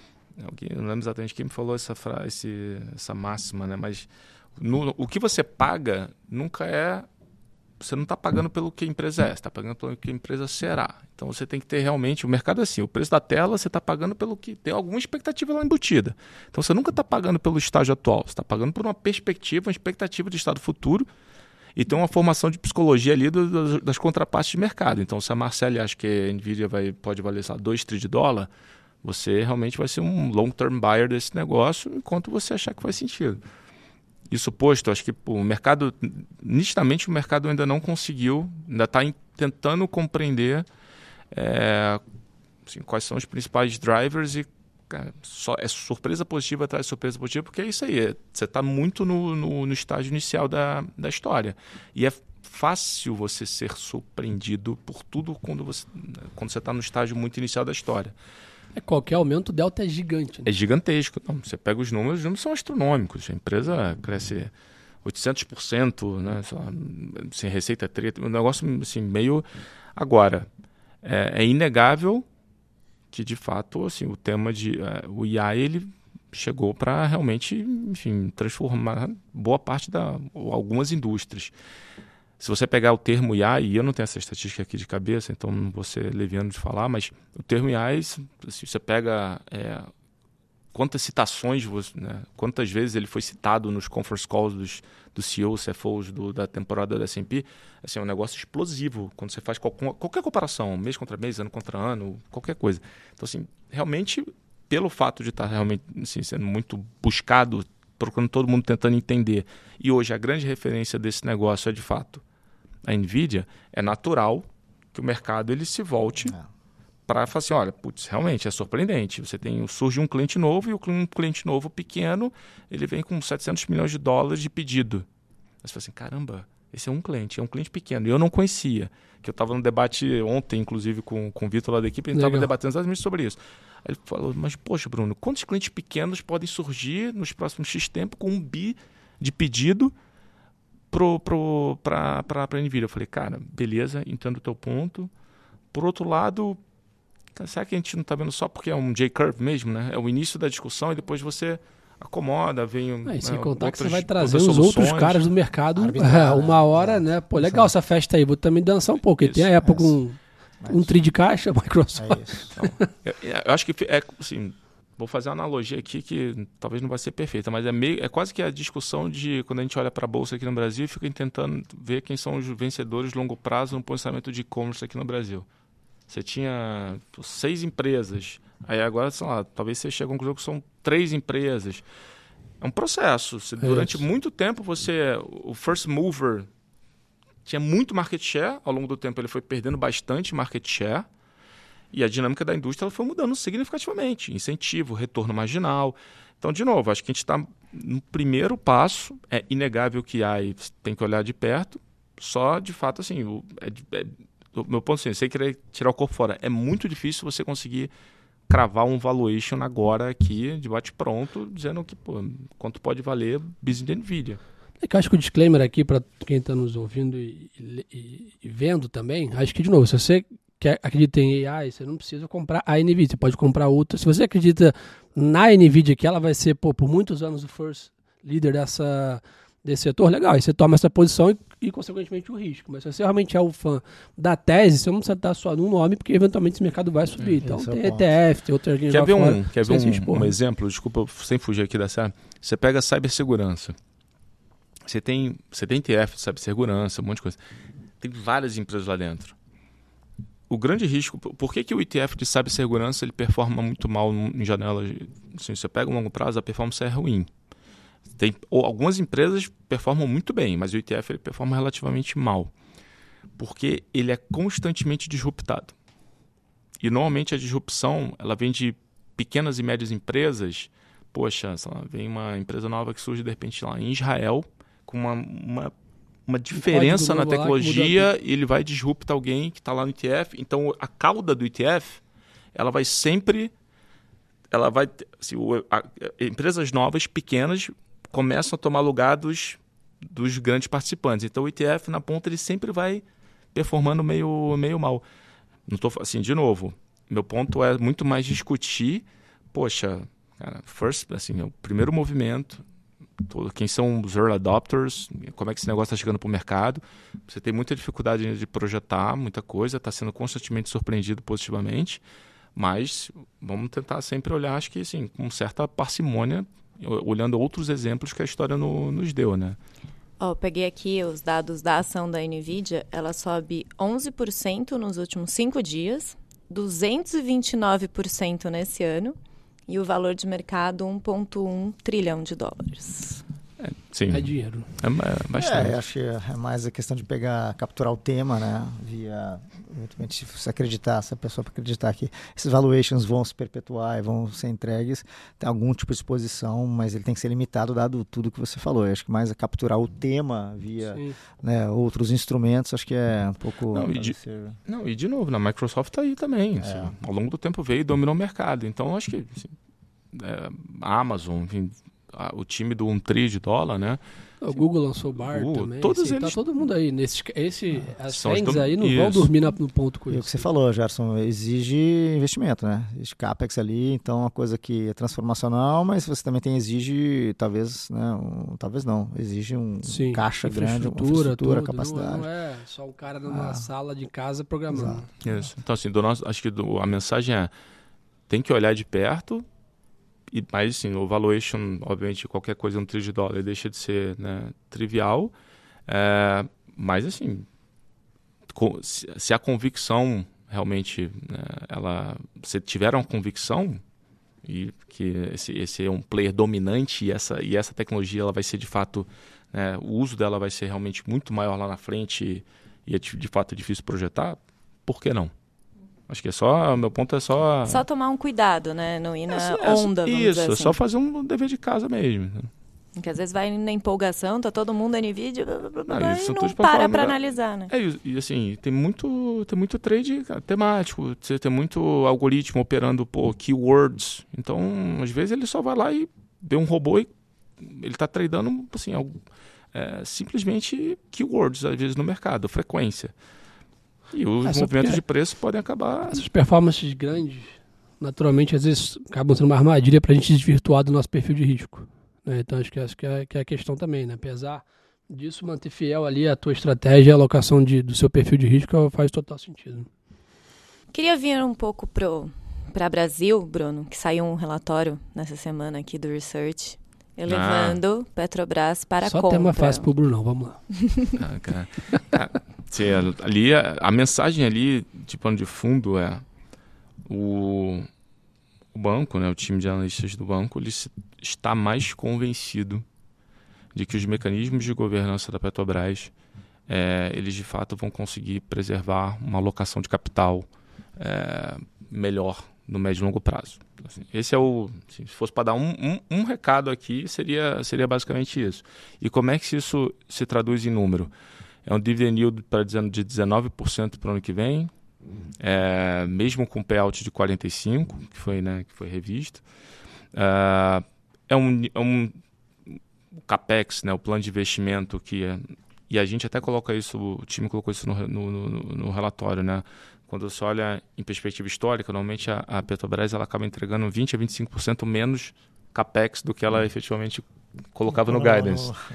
Eu não lembro exatamente quem me falou essa, frase, essa máxima, né? Mas no, o que você paga nunca é... Você não está pagando pelo que a empresa é, você está pagando pelo que a empresa será. Então você tem que ter realmente, o mercado é assim, o preço da tela você está pagando pelo que tem alguma expectativa lá embutida. Então você nunca está pagando pelo estágio atual, você está pagando por uma perspectiva, uma expectativa de estado futuro e tem uma formação de psicologia ali do, do, das contrapartes de mercado. Então se a Marcele acha que a NVIDIA vai, pode valer dois trilhões de dólares, você realmente vai ser um long-term buyer desse negócio enquanto você achar que faz sentido. Isso posto, acho que pô, o mercado, nitidamente o mercado ainda não conseguiu, ainda está tentando compreender é, assim, quais são os principais drivers e cara, só, é surpresa positiva atrás de surpresa positiva, porque é isso aí, é, você está muito no, no, no estágio inicial da, da história. E é fácil você ser surpreendido por tudo quando você quando você está no estágio muito inicial da história. É, qualquer aumento, o delta é gigante. Né? É gigantesco. Não, você pega os números, os números são astronômicos. A empresa cresce oitocentos por cento, né? Sei lá, sem receita treta, um negócio assim, meio... Agora, é, é inegável que, de fato, assim, o tema de... Uh, o I A, ele chegou para realmente, enfim, transformar boa parte da... algumas indústrias. Se você pegar o termo I A, e eu não tenho essa estatística aqui de cabeça, então não vou ser leviano de falar, mas o termo I A, se você pega é, quantas citações, você, né, quantas vezes ele foi citado nos conference calls dos, dos C E Os, C F Os do, da temporada da S and P, assim, é um negócio explosivo quando você faz qualquer, qualquer comparação, mês contra mês, ano contra ano, qualquer coisa. Então, assim, realmente, pelo fato de estar realmente assim, sendo muito buscado, procurando todo mundo tentando entender, e hoje a grande referência desse negócio é, de fato, a NVIDIA, é natural que o mercado ele se volte é. para falar assim, olha, putz, realmente é surpreendente. Você tem, surge um cliente novo e o um cliente novo pequeno, ele vem com setecentos milhões de dólares de pedido. Você fala assim, caramba, esse é um cliente, é um cliente pequeno. E eu não conhecia, que eu estava no debate ontem, inclusive, com, com o Vitor lá da equipe, a gente estava debatendo exatamente sobre isso. Aí ele falou, mas poxa, Bruno, quantos clientes pequenos podem surgir nos próximos X tempo com um bi de pedido para a NVIDIA? Eu falei, cara, beleza, entendo o teu ponto. Por outro lado, será que a gente não está vendo só porque é um J-curve mesmo, né? É o início da discussão e depois você acomoda, vem... É, e sem né, contar outras, que você vai trazer os outros caras do mercado é, uma hora, né? Pô, legal essa festa aí, vou também dançar um pouco. Isso, tem a época com um, um tri de caixa, Microsoft. É isso. Então, eu, eu acho que é assim... Vou fazer uma analogia aqui que talvez não vai ser perfeita, mas é, meio, é quase que a discussão de quando a gente olha para a Bolsa aqui no Brasil e fica tentando ver quem são os vencedores de longo prazo no posicionamento de e-commerce aqui no Brasil. Você tinha seis empresas, aí agora, sei lá, talvez você chegue a conclusão que são três empresas. É um processo. Você, durante é muito tempo, você o first mover tinha muito market share, ao longo do tempo ele foi perdendo bastante market share, e a dinâmica da indústria ela foi mudando significativamente. Incentivo, retorno marginal. Então, de novo, acho que a gente está no primeiro passo. É inegável que há e tem que olhar de perto. Só, de fato, assim, o, é, é, o meu ponto assim, sem querer tirar o corpo fora, é muito difícil você conseguir cravar um valuation agora aqui, de bate-pronto, dizendo que, pô, quanto pode valer business da NVIDIA. É que eu acho que o disclaimer aqui, para quem está nos ouvindo e, e, e vendo também, acho que, de novo, se você que acredita em A I, você não precisa comprar a NVIDIA, você pode comprar outra. Se você acredita na NVIDIA, que ela vai ser, pô, por muitos anos o first leader dessa, desse setor, legal, aí você toma essa posição e, e consequentemente, o risco. Mas se você realmente é o fã da tese, você não precisa estar só num nome, porque eventualmente esse mercado vai subir. Então esse tem é o E T F, tem outras Quer ver, fora, um, quer ver um, um exemplo? Desculpa, sem fugir aqui da série. Você pega a cibersegurança. Você tem, você tem E T F de cibersegurança, um monte de coisa. Tem várias empresas lá dentro. O grande risco... Por que, que o E T F de cibersegurança ele performa muito mal em janelas? Assim, você pega um longo prazo, a performance é ruim. Tem, ou, algumas empresas performam muito bem, mas o E T F ele performa relativamente mal. Porque ele é constantemente disruptado. E normalmente a disrupção ela vem de pequenas e médias empresas. Poxa, sei lá, vem uma empresa nova que surge de repente lá em Israel, com uma, uma, uma diferença na tecnologia, e ele vai disruptar alguém que está lá no E T F. Então, a cauda do E T F, ela vai sempre... Ela vai, assim, o, a, empresas novas, pequenas, começam a tomar lugar dos, dos grandes participantes. Então, o E T F, na ponta, ele sempre vai performando meio, meio mal. Não tô, assim, de novo, meu ponto é muito mais discutir, poxa, cara, first, assim, é o primeiro movimento... Todo, quem são os early adopters, como é que esse negócio está chegando para o mercado. Você tem muita dificuldade de projetar muita coisa, está sendo constantemente surpreendido positivamente, mas vamos tentar sempre olhar, acho que assim, com certa parcimônia, olhando outros exemplos que a história no, nos deu, né? Oh, peguei aqui os dados da ação da NVIDIA, ela sobe onze por cento nos últimos cinco dias, duzentos e vinte e nove por cento nesse ano, e o valor de mercado um vírgula um trilhão de dólares. É, sim. É dinheiro. É, é bastante. É, acho que é mais a questão de pegar, capturar o tema, né? Via, eventualmente, se acreditar, se a pessoa acreditar que esses valuations vão se perpetuar e vão ser entregues, tem algum tipo de exposição, mas ele tem que ser limitado dado tudo que você falou. Eu acho que mais é capturar o tema via, né, outros instrumentos, acho que é um pouco... Não, e de, ser... não, e de novo, a Microsoft está aí também. É. Assim, ao longo do tempo veio e dominou o mercado. Então, acho que assim, é, a Amazon, enfim... o time do um trilhão de dólar, né? O Google lançou o Bar Google, também. Todos assim, eles... Tá todo mundo aí. Nesse, esse, as São FANGs do... aí não isso. vão dormir no, no ponto com e isso. o que você falou, Gerson, exige investimento, né? Exige CAPEX ali, então é uma coisa que é transformacional, mas você também tem, exige, talvez, né? Um, talvez não, exige um Sim, caixa grande, uma infraestrutura, tudo, capacidade. Não, não é só um cara numa ah. sala de casa programando. Isso. Então, assim, do nosso, acho que do, a mensagem é tem que olhar de perto. E, mas, assim, o valuation, obviamente, qualquer coisa um trilhão de dólar deixa de ser, né, trivial. É, mas, assim, com, se, se a convicção realmente, né, ela, se tiver uma convicção e que esse, esse é um player dominante e essa, e essa tecnologia ela vai ser, de fato, né, o uso dela vai ser realmente muito maior lá na frente e, e é, de fato, é difícil projetar, por que não? Acho que é só, o meu ponto é só... Só tomar um cuidado, né? Não ir na é, onda, vamos isso, dizer assim. Isso, só fazer um dever de casa mesmo. Porque às vezes vai na empolgação, tá todo mundo NVIDIA, não, e não para para analisar, né? É, e assim, tem muito, tem muito trade temático, você tem muito algoritmo operando por keywords. Então, às vezes ele só vai lá e vê um robô e ele está tradando, assim, é, simplesmente keywords, às vezes, no mercado, frequência. E os é, movimentos de preço podem acabar... Essas performances grandes, naturalmente, às vezes acabam sendo uma armadilha para a gente desvirtuar do nosso perfil de risco. Né? Então, acho que, acho que, é, que é a questão também. Né? Apesar disso, manter fiel ali a tua estratégia e a alocação de, do seu perfil de risco faz total sentido. Queria vir um pouco para Brasil, Bruno, que saiu um relatório nessa semana aqui do Research, elevando ah. Petrobras para Só compra. Só tema fácil para o Brunão, vamos lá. Ah, cara. Ah, se, ali, a, a mensagem ali de pano de fundo é o, o banco, né, o time de analistas do banco, ele se, está mais convencido de que os mecanismos de governança da Petrobras, é, eles de fato vão conseguir preservar uma alocação de capital é, melhor no médio e longo prazo. Assim, esse é o, assim, se fosse para dar um, um, um recado aqui, seria, seria basicamente isso. E como é que isso se traduz em número? É um dividend yield para de dezenove por cento para o ano que vem, é, mesmo com payout de quarenta e cinco por cento, que foi, né, que foi revisto. É, é um, é um CAPEX, né, o plano de investimento que é, e a gente até coloca isso, o time colocou isso no, no, no, no relatório, né? Quando você olha em perspectiva histórica, normalmente a, a Petrobras ela acaba entregando vinte a vinte e cinco por cento menos CAPEX do que ela efetivamente colocava no guidance.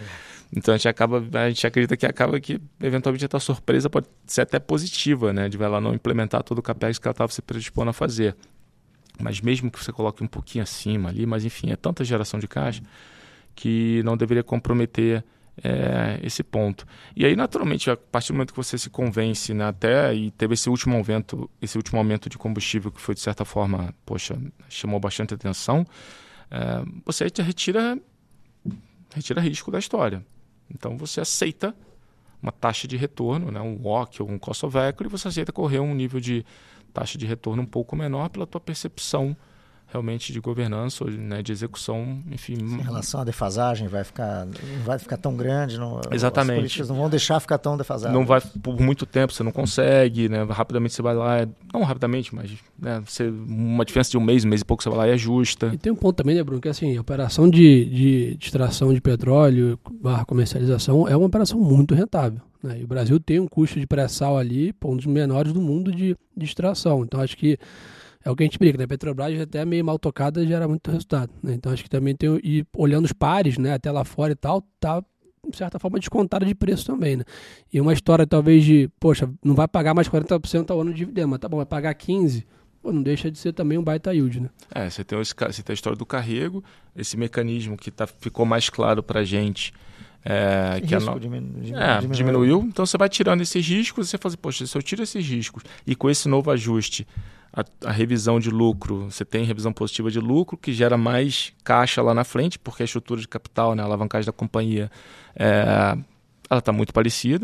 Então a gente acaba, a gente acredita que acaba que eventualmente a tua surpresa pode ser até positiva, né? De ela não implementar todo o capex que ela estava se predispondo a fazer. Mas mesmo que você coloque um pouquinho acima ali, mas enfim, é tanta geração de caixa que não deveria comprometer é, esse ponto. E aí, naturalmente, a partir do momento que você se convence, né, até e teve esse último aumento, esse último aumento de combustível que foi, de certa forma, poxa, chamou bastante atenção, é, você te retira, retira risco da história. Então, você aceita uma taxa de retorno, né, um W O C ou um cost of equity, e você aceita correr um nível de taxa de retorno um pouco menor pela tua percepção realmente de governança, né, de execução, enfim. Em relação à defasagem, vai ficar, não vai ficar tão grande, não, exatamente. As políticas não vão deixar ficar tão defasado. Não vai por muito tempo, você não consegue, né, rapidamente você vai lá, não rapidamente, mas né, você, uma diferença de um mês, um mês e pouco você vai lá e ajusta. E tem um ponto também, né, Bruno, que assim, a operação de, de extração de petróleo barra comercialização é uma operação muito rentável. Né? E o Brasil tem um custo de pré-sal ali, pô, um dos menores do mundo de, de extração. Então acho que é o que a gente brinca, né? A Petrobras até meio mal tocada gera muito resultado, né? Então acho que também tem, e olhando os pares, né, até lá fora e tal, tá de certa forma descontada de preço também, né? E uma história talvez de, poxa, não vai pagar mais quarenta por cento ao ano de dividendo, mas tá bom, vai pagar quinze por cento, pô, não deixa de ser também um baita yield, né? É, você tem, esse, você tem a história do carrego, esse mecanismo que tá, ficou mais claro pra gente. É, que risco a no... diminu... é, diminuiu. diminuiu, então você vai tirando esses riscos e você fala assim, poxa, se eu tiro esses riscos e com esse novo ajuste, a, a revisão de lucro, você tem revisão positiva de lucro que gera mais caixa lá na frente, porque a estrutura de capital, né, a alavancagem da companhia, é, ela está muito parecida.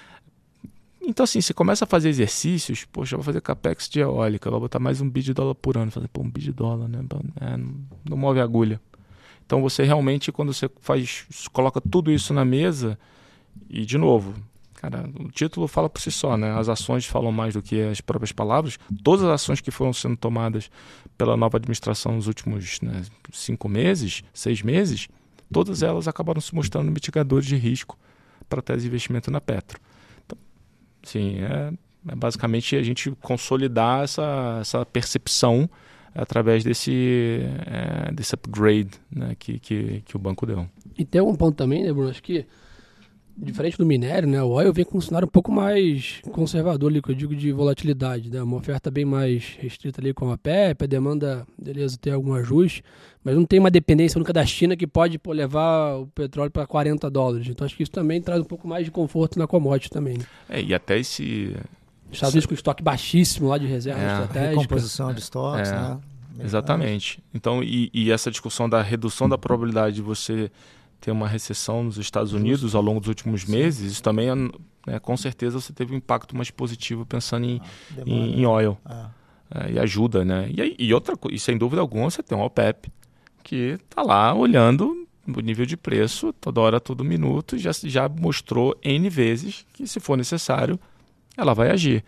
Então assim, você começa a fazer exercícios, poxa, eu vou fazer capex de eólica, vou botar mais um bi de dólar por ano, fazer, pô, um bi de dólar, né, é, não, não move a agulha. Então você realmente, quando você faz, coloca tudo isso na mesa, e de novo, cara, o título fala por si só, né? As ações falam mais do que as próprias palavras. Todas as ações que foram sendo tomadas pela nova administração nos últimos né, cinco meses, seis meses, todas elas acabaram se mostrando mitigadores de risco para ter investimento na Petro. Então, sim, é, é basicamente a gente consolidar essa, essa percepção através desse, é, desse upgrade né, que, que, que o banco deu. E tem um ponto também, né, Bruno? Acho que, diferente do minério, né, o oil vem com um cenário um pouco mais conservador, ali, que eu digo de volatilidade. Né? Uma oferta bem mais restrita ali com a OPEP, a demanda, beleza, tem algum ajuste, mas não tem uma dependência única da China que pode pô, levar o petróleo para quarenta dólares. Então acho que isso também traz um pouco mais de conforto na commodity também. Né? É, e até esse... Estados Unidos com estoque baixíssimo lá de reserva é, estratégica. Recomposição de estoques, é, né? Exatamente. Então, e, e essa discussão da redução da probabilidade de você ter uma recessão nos Estados Unidos ao longo dos últimos Sim. meses, isso também, é, com certeza, você teve um impacto mais positivo pensando em, ah, em, em oil. Ah. É, e ajuda, né? E, e, outra, e sem dúvida alguma, você tem um OPEP que está lá olhando o nível de preço toda hora, todo minuto, e já, já mostrou N vezes que, se for necessário, ela vai agir.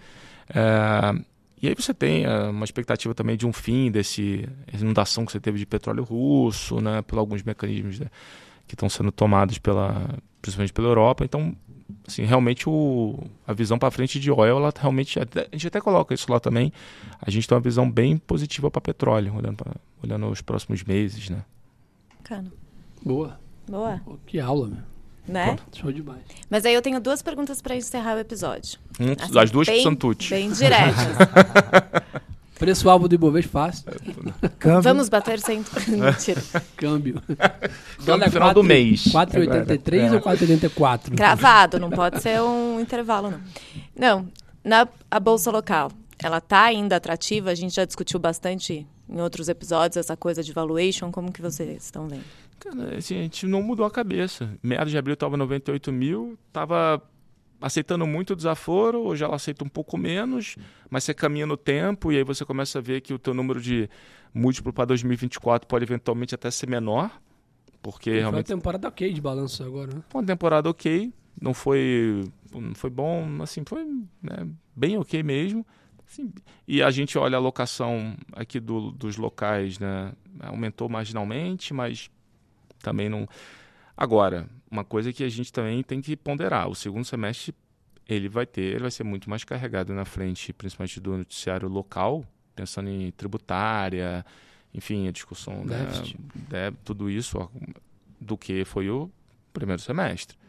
É, e aí você tem é, uma expectativa também de um fim desse inundação que você teve de petróleo russo, né, por alguns mecanismos né, que estão sendo tomados pela, principalmente pela Europa. Então, assim, realmente o, a visão para frente de oil, ela realmente, a gente até coloca isso lá também, a gente tem uma visão bem positiva para petróleo, olhando, pra, olhando os próximos meses. Né? Bacana. Boa. Boa. Pô, que aula, meu. Né? Pô, show demais. Mas aí eu tenho duas perguntas para encerrar o episódio. Hum, assim, as duas bem, pro Santucci. Bem diretas. Preço-alvo do Ibovespa fácil. Vamos bater sem... Mentira. Câmbio. No final do mês. quatro e oitenta e três é. Ou quatro e oitenta e quatro? Cravado, não pode ser um intervalo, não. Não, na a Bolsa Local, ela está ainda atrativa? A gente já discutiu bastante em outros episódios essa coisa de valuation. Como que vocês estão vendo? Cara, assim, a gente não mudou a cabeça. Meados de abril estava noventa e oito mil, estava aceitando muito o desaforo, hoje ela aceita um pouco menos, mas você caminha no tempo e aí você começa a ver que o teu número de múltiplo para dois mil e vinte e quatro pode eventualmente até ser menor, porque foi realmente... Foi uma temporada ok de balanço agora, né? Foi uma temporada ok, não foi, não foi bom, assim, foi né, bem ok mesmo. Assim, e a gente olha a alocação aqui do, dos locais, né, aumentou marginalmente, mas também não... Agora, uma coisa que a gente também tem que ponderar, o segundo semestre ele vai ter, ele vai ser muito mais carregado na frente, principalmente do noticiário local, pensando em tributária, enfim, a discussão, né, de, tudo isso, ó, do que foi o primeiro semestre.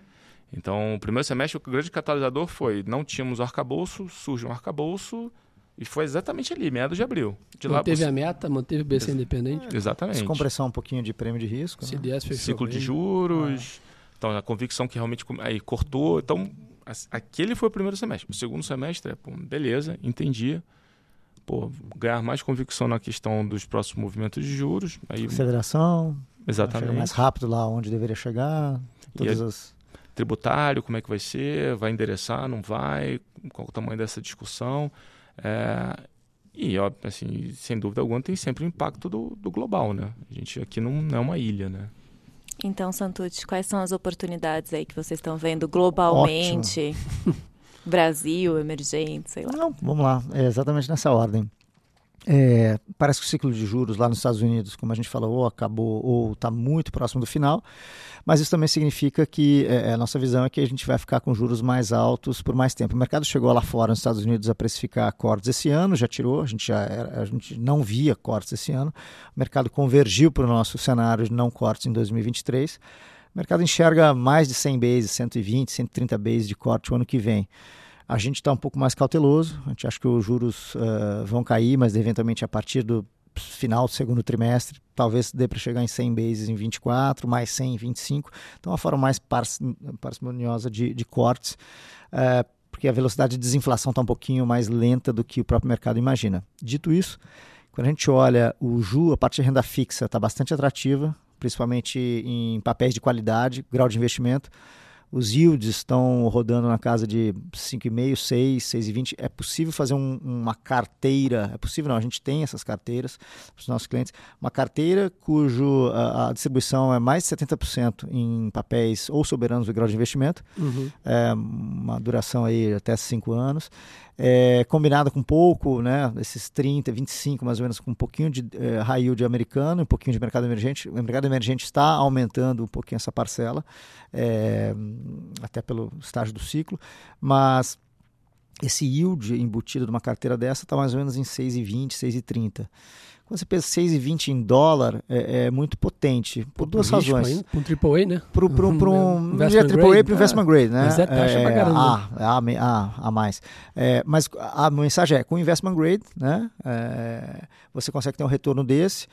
Então, o primeiro semestre, o grande catalisador foi, não tínhamos arcabouço, surge um arcabouço, e foi exatamente ali, meados de abril. De manteve lá, a meta, manteve o B C Ex independente. É, exatamente. Descompressar um pouquinho de prêmio de risco. C né? D S fechou Ciclo bem. de juros, ah. então a convicção que realmente aí cortou. Então, aquele foi o primeiro semestre. O segundo semestre é, pô, beleza, entendi. Pô, ganhar mais convicção na questão dos próximos movimentos de juros. Aí, aceleração. Exatamente. Chegar mais rápido lá onde deveria chegar. Todas e as... Tributário, como é que vai ser? Vai endereçar? Não vai? Qual é o tamanho dessa discussão? É, e, ó, assim, sem dúvida alguma, tem sempre o impacto do, do global, né? A gente aqui não, não é uma ilha, né? Então, Santucci, quais são as oportunidades aí que vocês estão vendo globalmente? Brasil, emergente, sei lá. Não, vamos lá. É exatamente nessa ordem. É, parece que o ciclo de juros lá nos Estados Unidos, como a gente falou, ou acabou ou está muito próximo do final, mas isso também significa que é, a nossa visão é que a gente vai ficar com juros mais altos por mais tempo. O mercado chegou lá fora nos Estados Unidos a precificar cortes esse ano, já tirou, a gente, já era, a gente não via cortes esse ano, o mercado convergiu para o nosso cenário de não cortes em dois mil e vinte e três, o mercado enxerga mais de cem bases, cento e vinte, cento e trinta bases de corte o ano que vem. A gente está um pouco mais cauteloso, a gente acha que os juros uh, vão cair, mas eventualmente a partir do final do segundo trimestre, talvez dê para chegar em cem bases em vinte e quatro, mais cem em vinte e cinco. Então, uma forma mais parcimoniosa de, de cortes, uh, porque a velocidade de desinflação está um pouquinho mais lenta do que o próprio mercado imagina. Dito isso, quando a gente olha o juro, a parte de renda fixa está bastante atrativa, principalmente em papéis de qualidade, grau de investimento. Os yields estão rodando na casa de cinco vírgula cinco, seis, seis vírgula vinte. É possível fazer um, uma carteira, é possível não, a gente tem essas carteiras para os nossos clientes, uma carteira cujo a, a distribuição é mais de setenta por cento em papéis ou soberanos do grau de investimento, uhum. é, uma duração aí até cinco anos, é, combinada com pouco, né, esses trinta, vinte e cinco mais ou menos, com um pouquinho de é, high yield americano, um pouquinho de mercado emergente. O mercado emergente está aumentando um pouquinho essa parcela, é, até pelo estágio do ciclo, mas esse yield embutido de uma carteira dessa está mais ou menos em seis vírgula vinte, seis vírgula trinta. Quando você pensa seis vírgula vinte em dólar, é, é muito potente, por duas razões. Para um triple A, né? Para um, não diria triple A para investment grade, né? Mas é taxa é, pra caramba. A, a, a mais. É, mas a mensagem é, com investment grade, né? É, você consegue ter um retorno desse,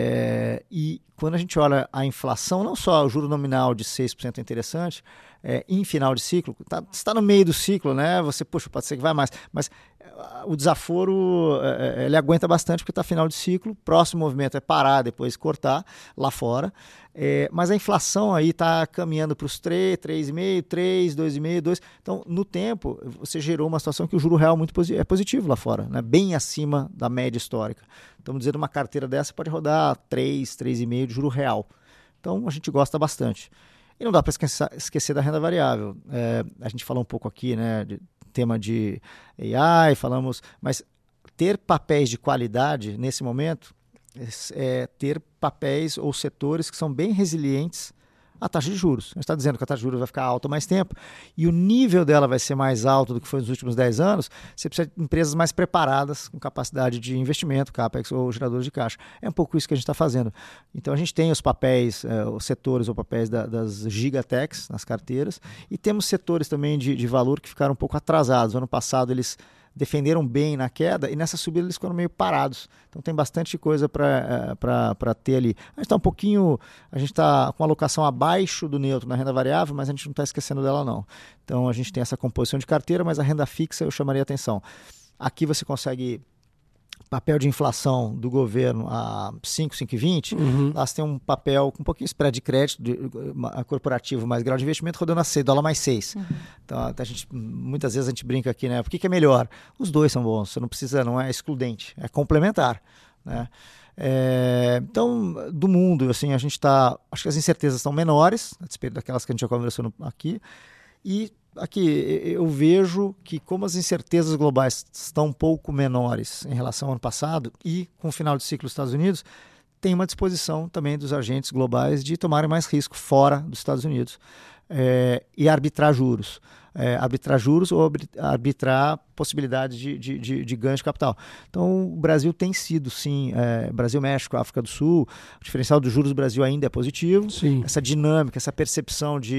é, e quando a gente olha a inflação, não só o juro nominal de seis por cento é interessante, é, em final de ciclo, tá, está no meio do ciclo, né? Você, puxa, pode ser que vai mais, mas o desaforo é, ele aguenta bastante porque está final de ciclo, próximo movimento é parar, depois cortar lá fora, é, mas a inflação aí está caminhando para os três, três vírgula cinco, três, dois vírgula cinco, dois. Então, no tempo, você gerou uma situação que o juro real muito posi- é positivo lá fora, né? Bem acima da média histórica. Estamos dizendo uma carteira dessa pode rodar três, três vírgula cinco de juro real. Então, a gente gosta bastante. E não dá para esquecer, esquecer da renda variável. É, a gente falou um pouco aqui, né, de tema de A I, falamos, mas ter papéis de qualidade nesse momento é ter papéis ou setores que são bem resilientes à taxa de juros. A gente está dizendo que a taxa de juros vai ficar alta mais tempo e o nível dela vai ser mais alto do que foi nos últimos dez anos, você precisa de empresas mais preparadas, com capacidade de investimento, CAPEX ou geradores de caixa. É um pouco isso que a gente está fazendo. Então a gente tem os papéis, eh, os setores ou papéis da, das gigatechs nas carteiras e temos setores também de, de valor que ficaram um pouco atrasados. Ano passado eles defenderam bem na queda e nessa subida eles ficaram meio parados. Então tem bastante coisa para ter ali. A gente está um pouquinho, a gente está com uma alocação abaixo do neutro na renda variável, mas a gente não está esquecendo dela não. Então a gente tem essa composição de carteira, mas a renda fixa eu chamaria atenção. Aqui você consegue papel de inflação do governo a cinco, cinco vírgula vinte, uhum. Lá você tem um papel com um pouquinho de spread de crédito de, uma, corporativo mais grau de investimento rodando a seis, dólar mais seis. Uhum. Então a gente, muitas vezes a gente brinca aqui, né? Por que, que é melhor? Os dois são bons, você não precisa, não é excludente, é complementar, né? É, então, do mundo, assim, a gente está, acho que as incertezas estão menores, a despeito daquelas que a gente já conversou aqui, e aqui eu vejo que como as incertezas globais estão um pouco menores em relação ao ano passado e com o final de ciclo dos Estados Unidos, tem uma disposição também dos agentes globais de tomarem mais risco fora dos Estados Unidos é, e arbitrar juros. É, arbitrar juros ou arbitrar possibilidades de, de, de, de ganho de capital. Então, o Brasil tem sido, sim, é, Brasil, México, África do Sul, o diferencial dos juros do Brasil ainda é positivo. Sim. Essa dinâmica, essa percepção de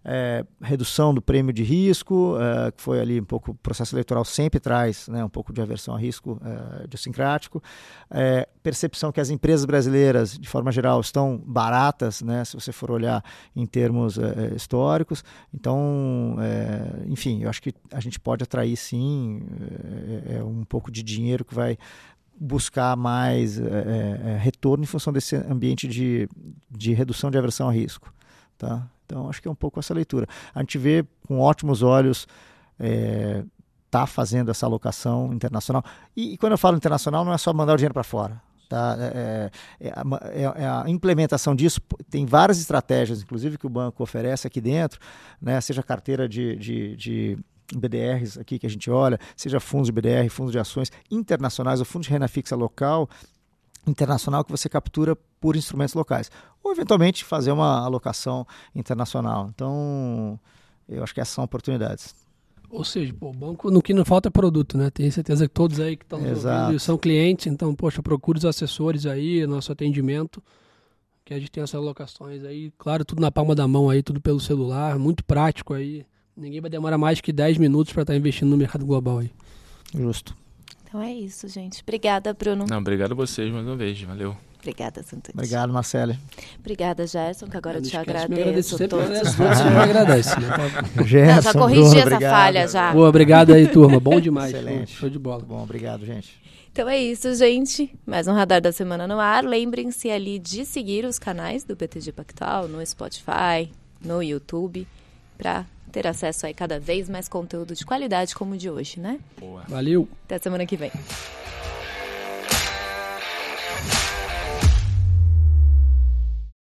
é, redução do prêmio de risco, é, que foi ali um pouco, o processo eleitoral sempre traz, né, um pouco de aversão a risco é, idiosincrático, é, percepção que as empresas brasileiras, de forma geral, estão baratas, né, se você for olhar em termos é, históricos. Então, é, enfim, eu acho que a gente pode atrair sim é, é um pouco de dinheiro que vai buscar mais é, é, retorno em função desse ambiente de, de redução de aversão a risco. Tá? Então, acho que é um pouco essa leitura. A gente vê com ótimos olhos é, tá fazendo essa alocação internacional. E, e quando eu falo internacional, não é só mandar o dinheiro para fora. Tá? É, é, é, é a implementação disso, tem várias estratégias, inclusive, que o banco oferece aqui dentro, né? Seja carteira de, de, de B D Rs aqui que a gente olha, seja fundos de B D R, fundos de ações internacionais, ou fundo de renda fixa local, internacional, que você captura por instrumentos locais. Ou, eventualmente, fazer uma alocação internacional. Então, eu acho que essas são oportunidades. Ou seja, pô, o banco, no que não falta é produto, né? Tenho certeza que todos aí que estão nos ouvindo são clientes, então, poxa, procure os assessores aí, nosso atendimento, que a gente tem essas alocações aí, claro, tudo na palma da mão aí, tudo pelo celular, muito prático aí. Ninguém vai demorar mais que dez minutos para estar investindo no mercado global aí. Justo. Então é isso, gente. Obrigada, Bruno. Não, obrigado a vocês mais uma vez. Valeu. Obrigada, Santucci. Obrigado, Marcelo. Obrigada, Gerson, que agora eu te Me agradeço. sempre me agradece. Né? Gerson, Não, já corrigi Bruno, essa obrigado. falha já. Boa, obrigado aí, turma. Bom demais. Excelente. Show de bola. Bom, obrigado, gente. Então é isso, gente. Mais um Radar da Semana no ar. Lembrem-se ali de seguir os canais do B T G Pactual no Spotify, no YouTube, para ter acesso aí cada vez mais conteúdo de qualidade como o de hoje, né? Boa. Valeu. Até semana que vem.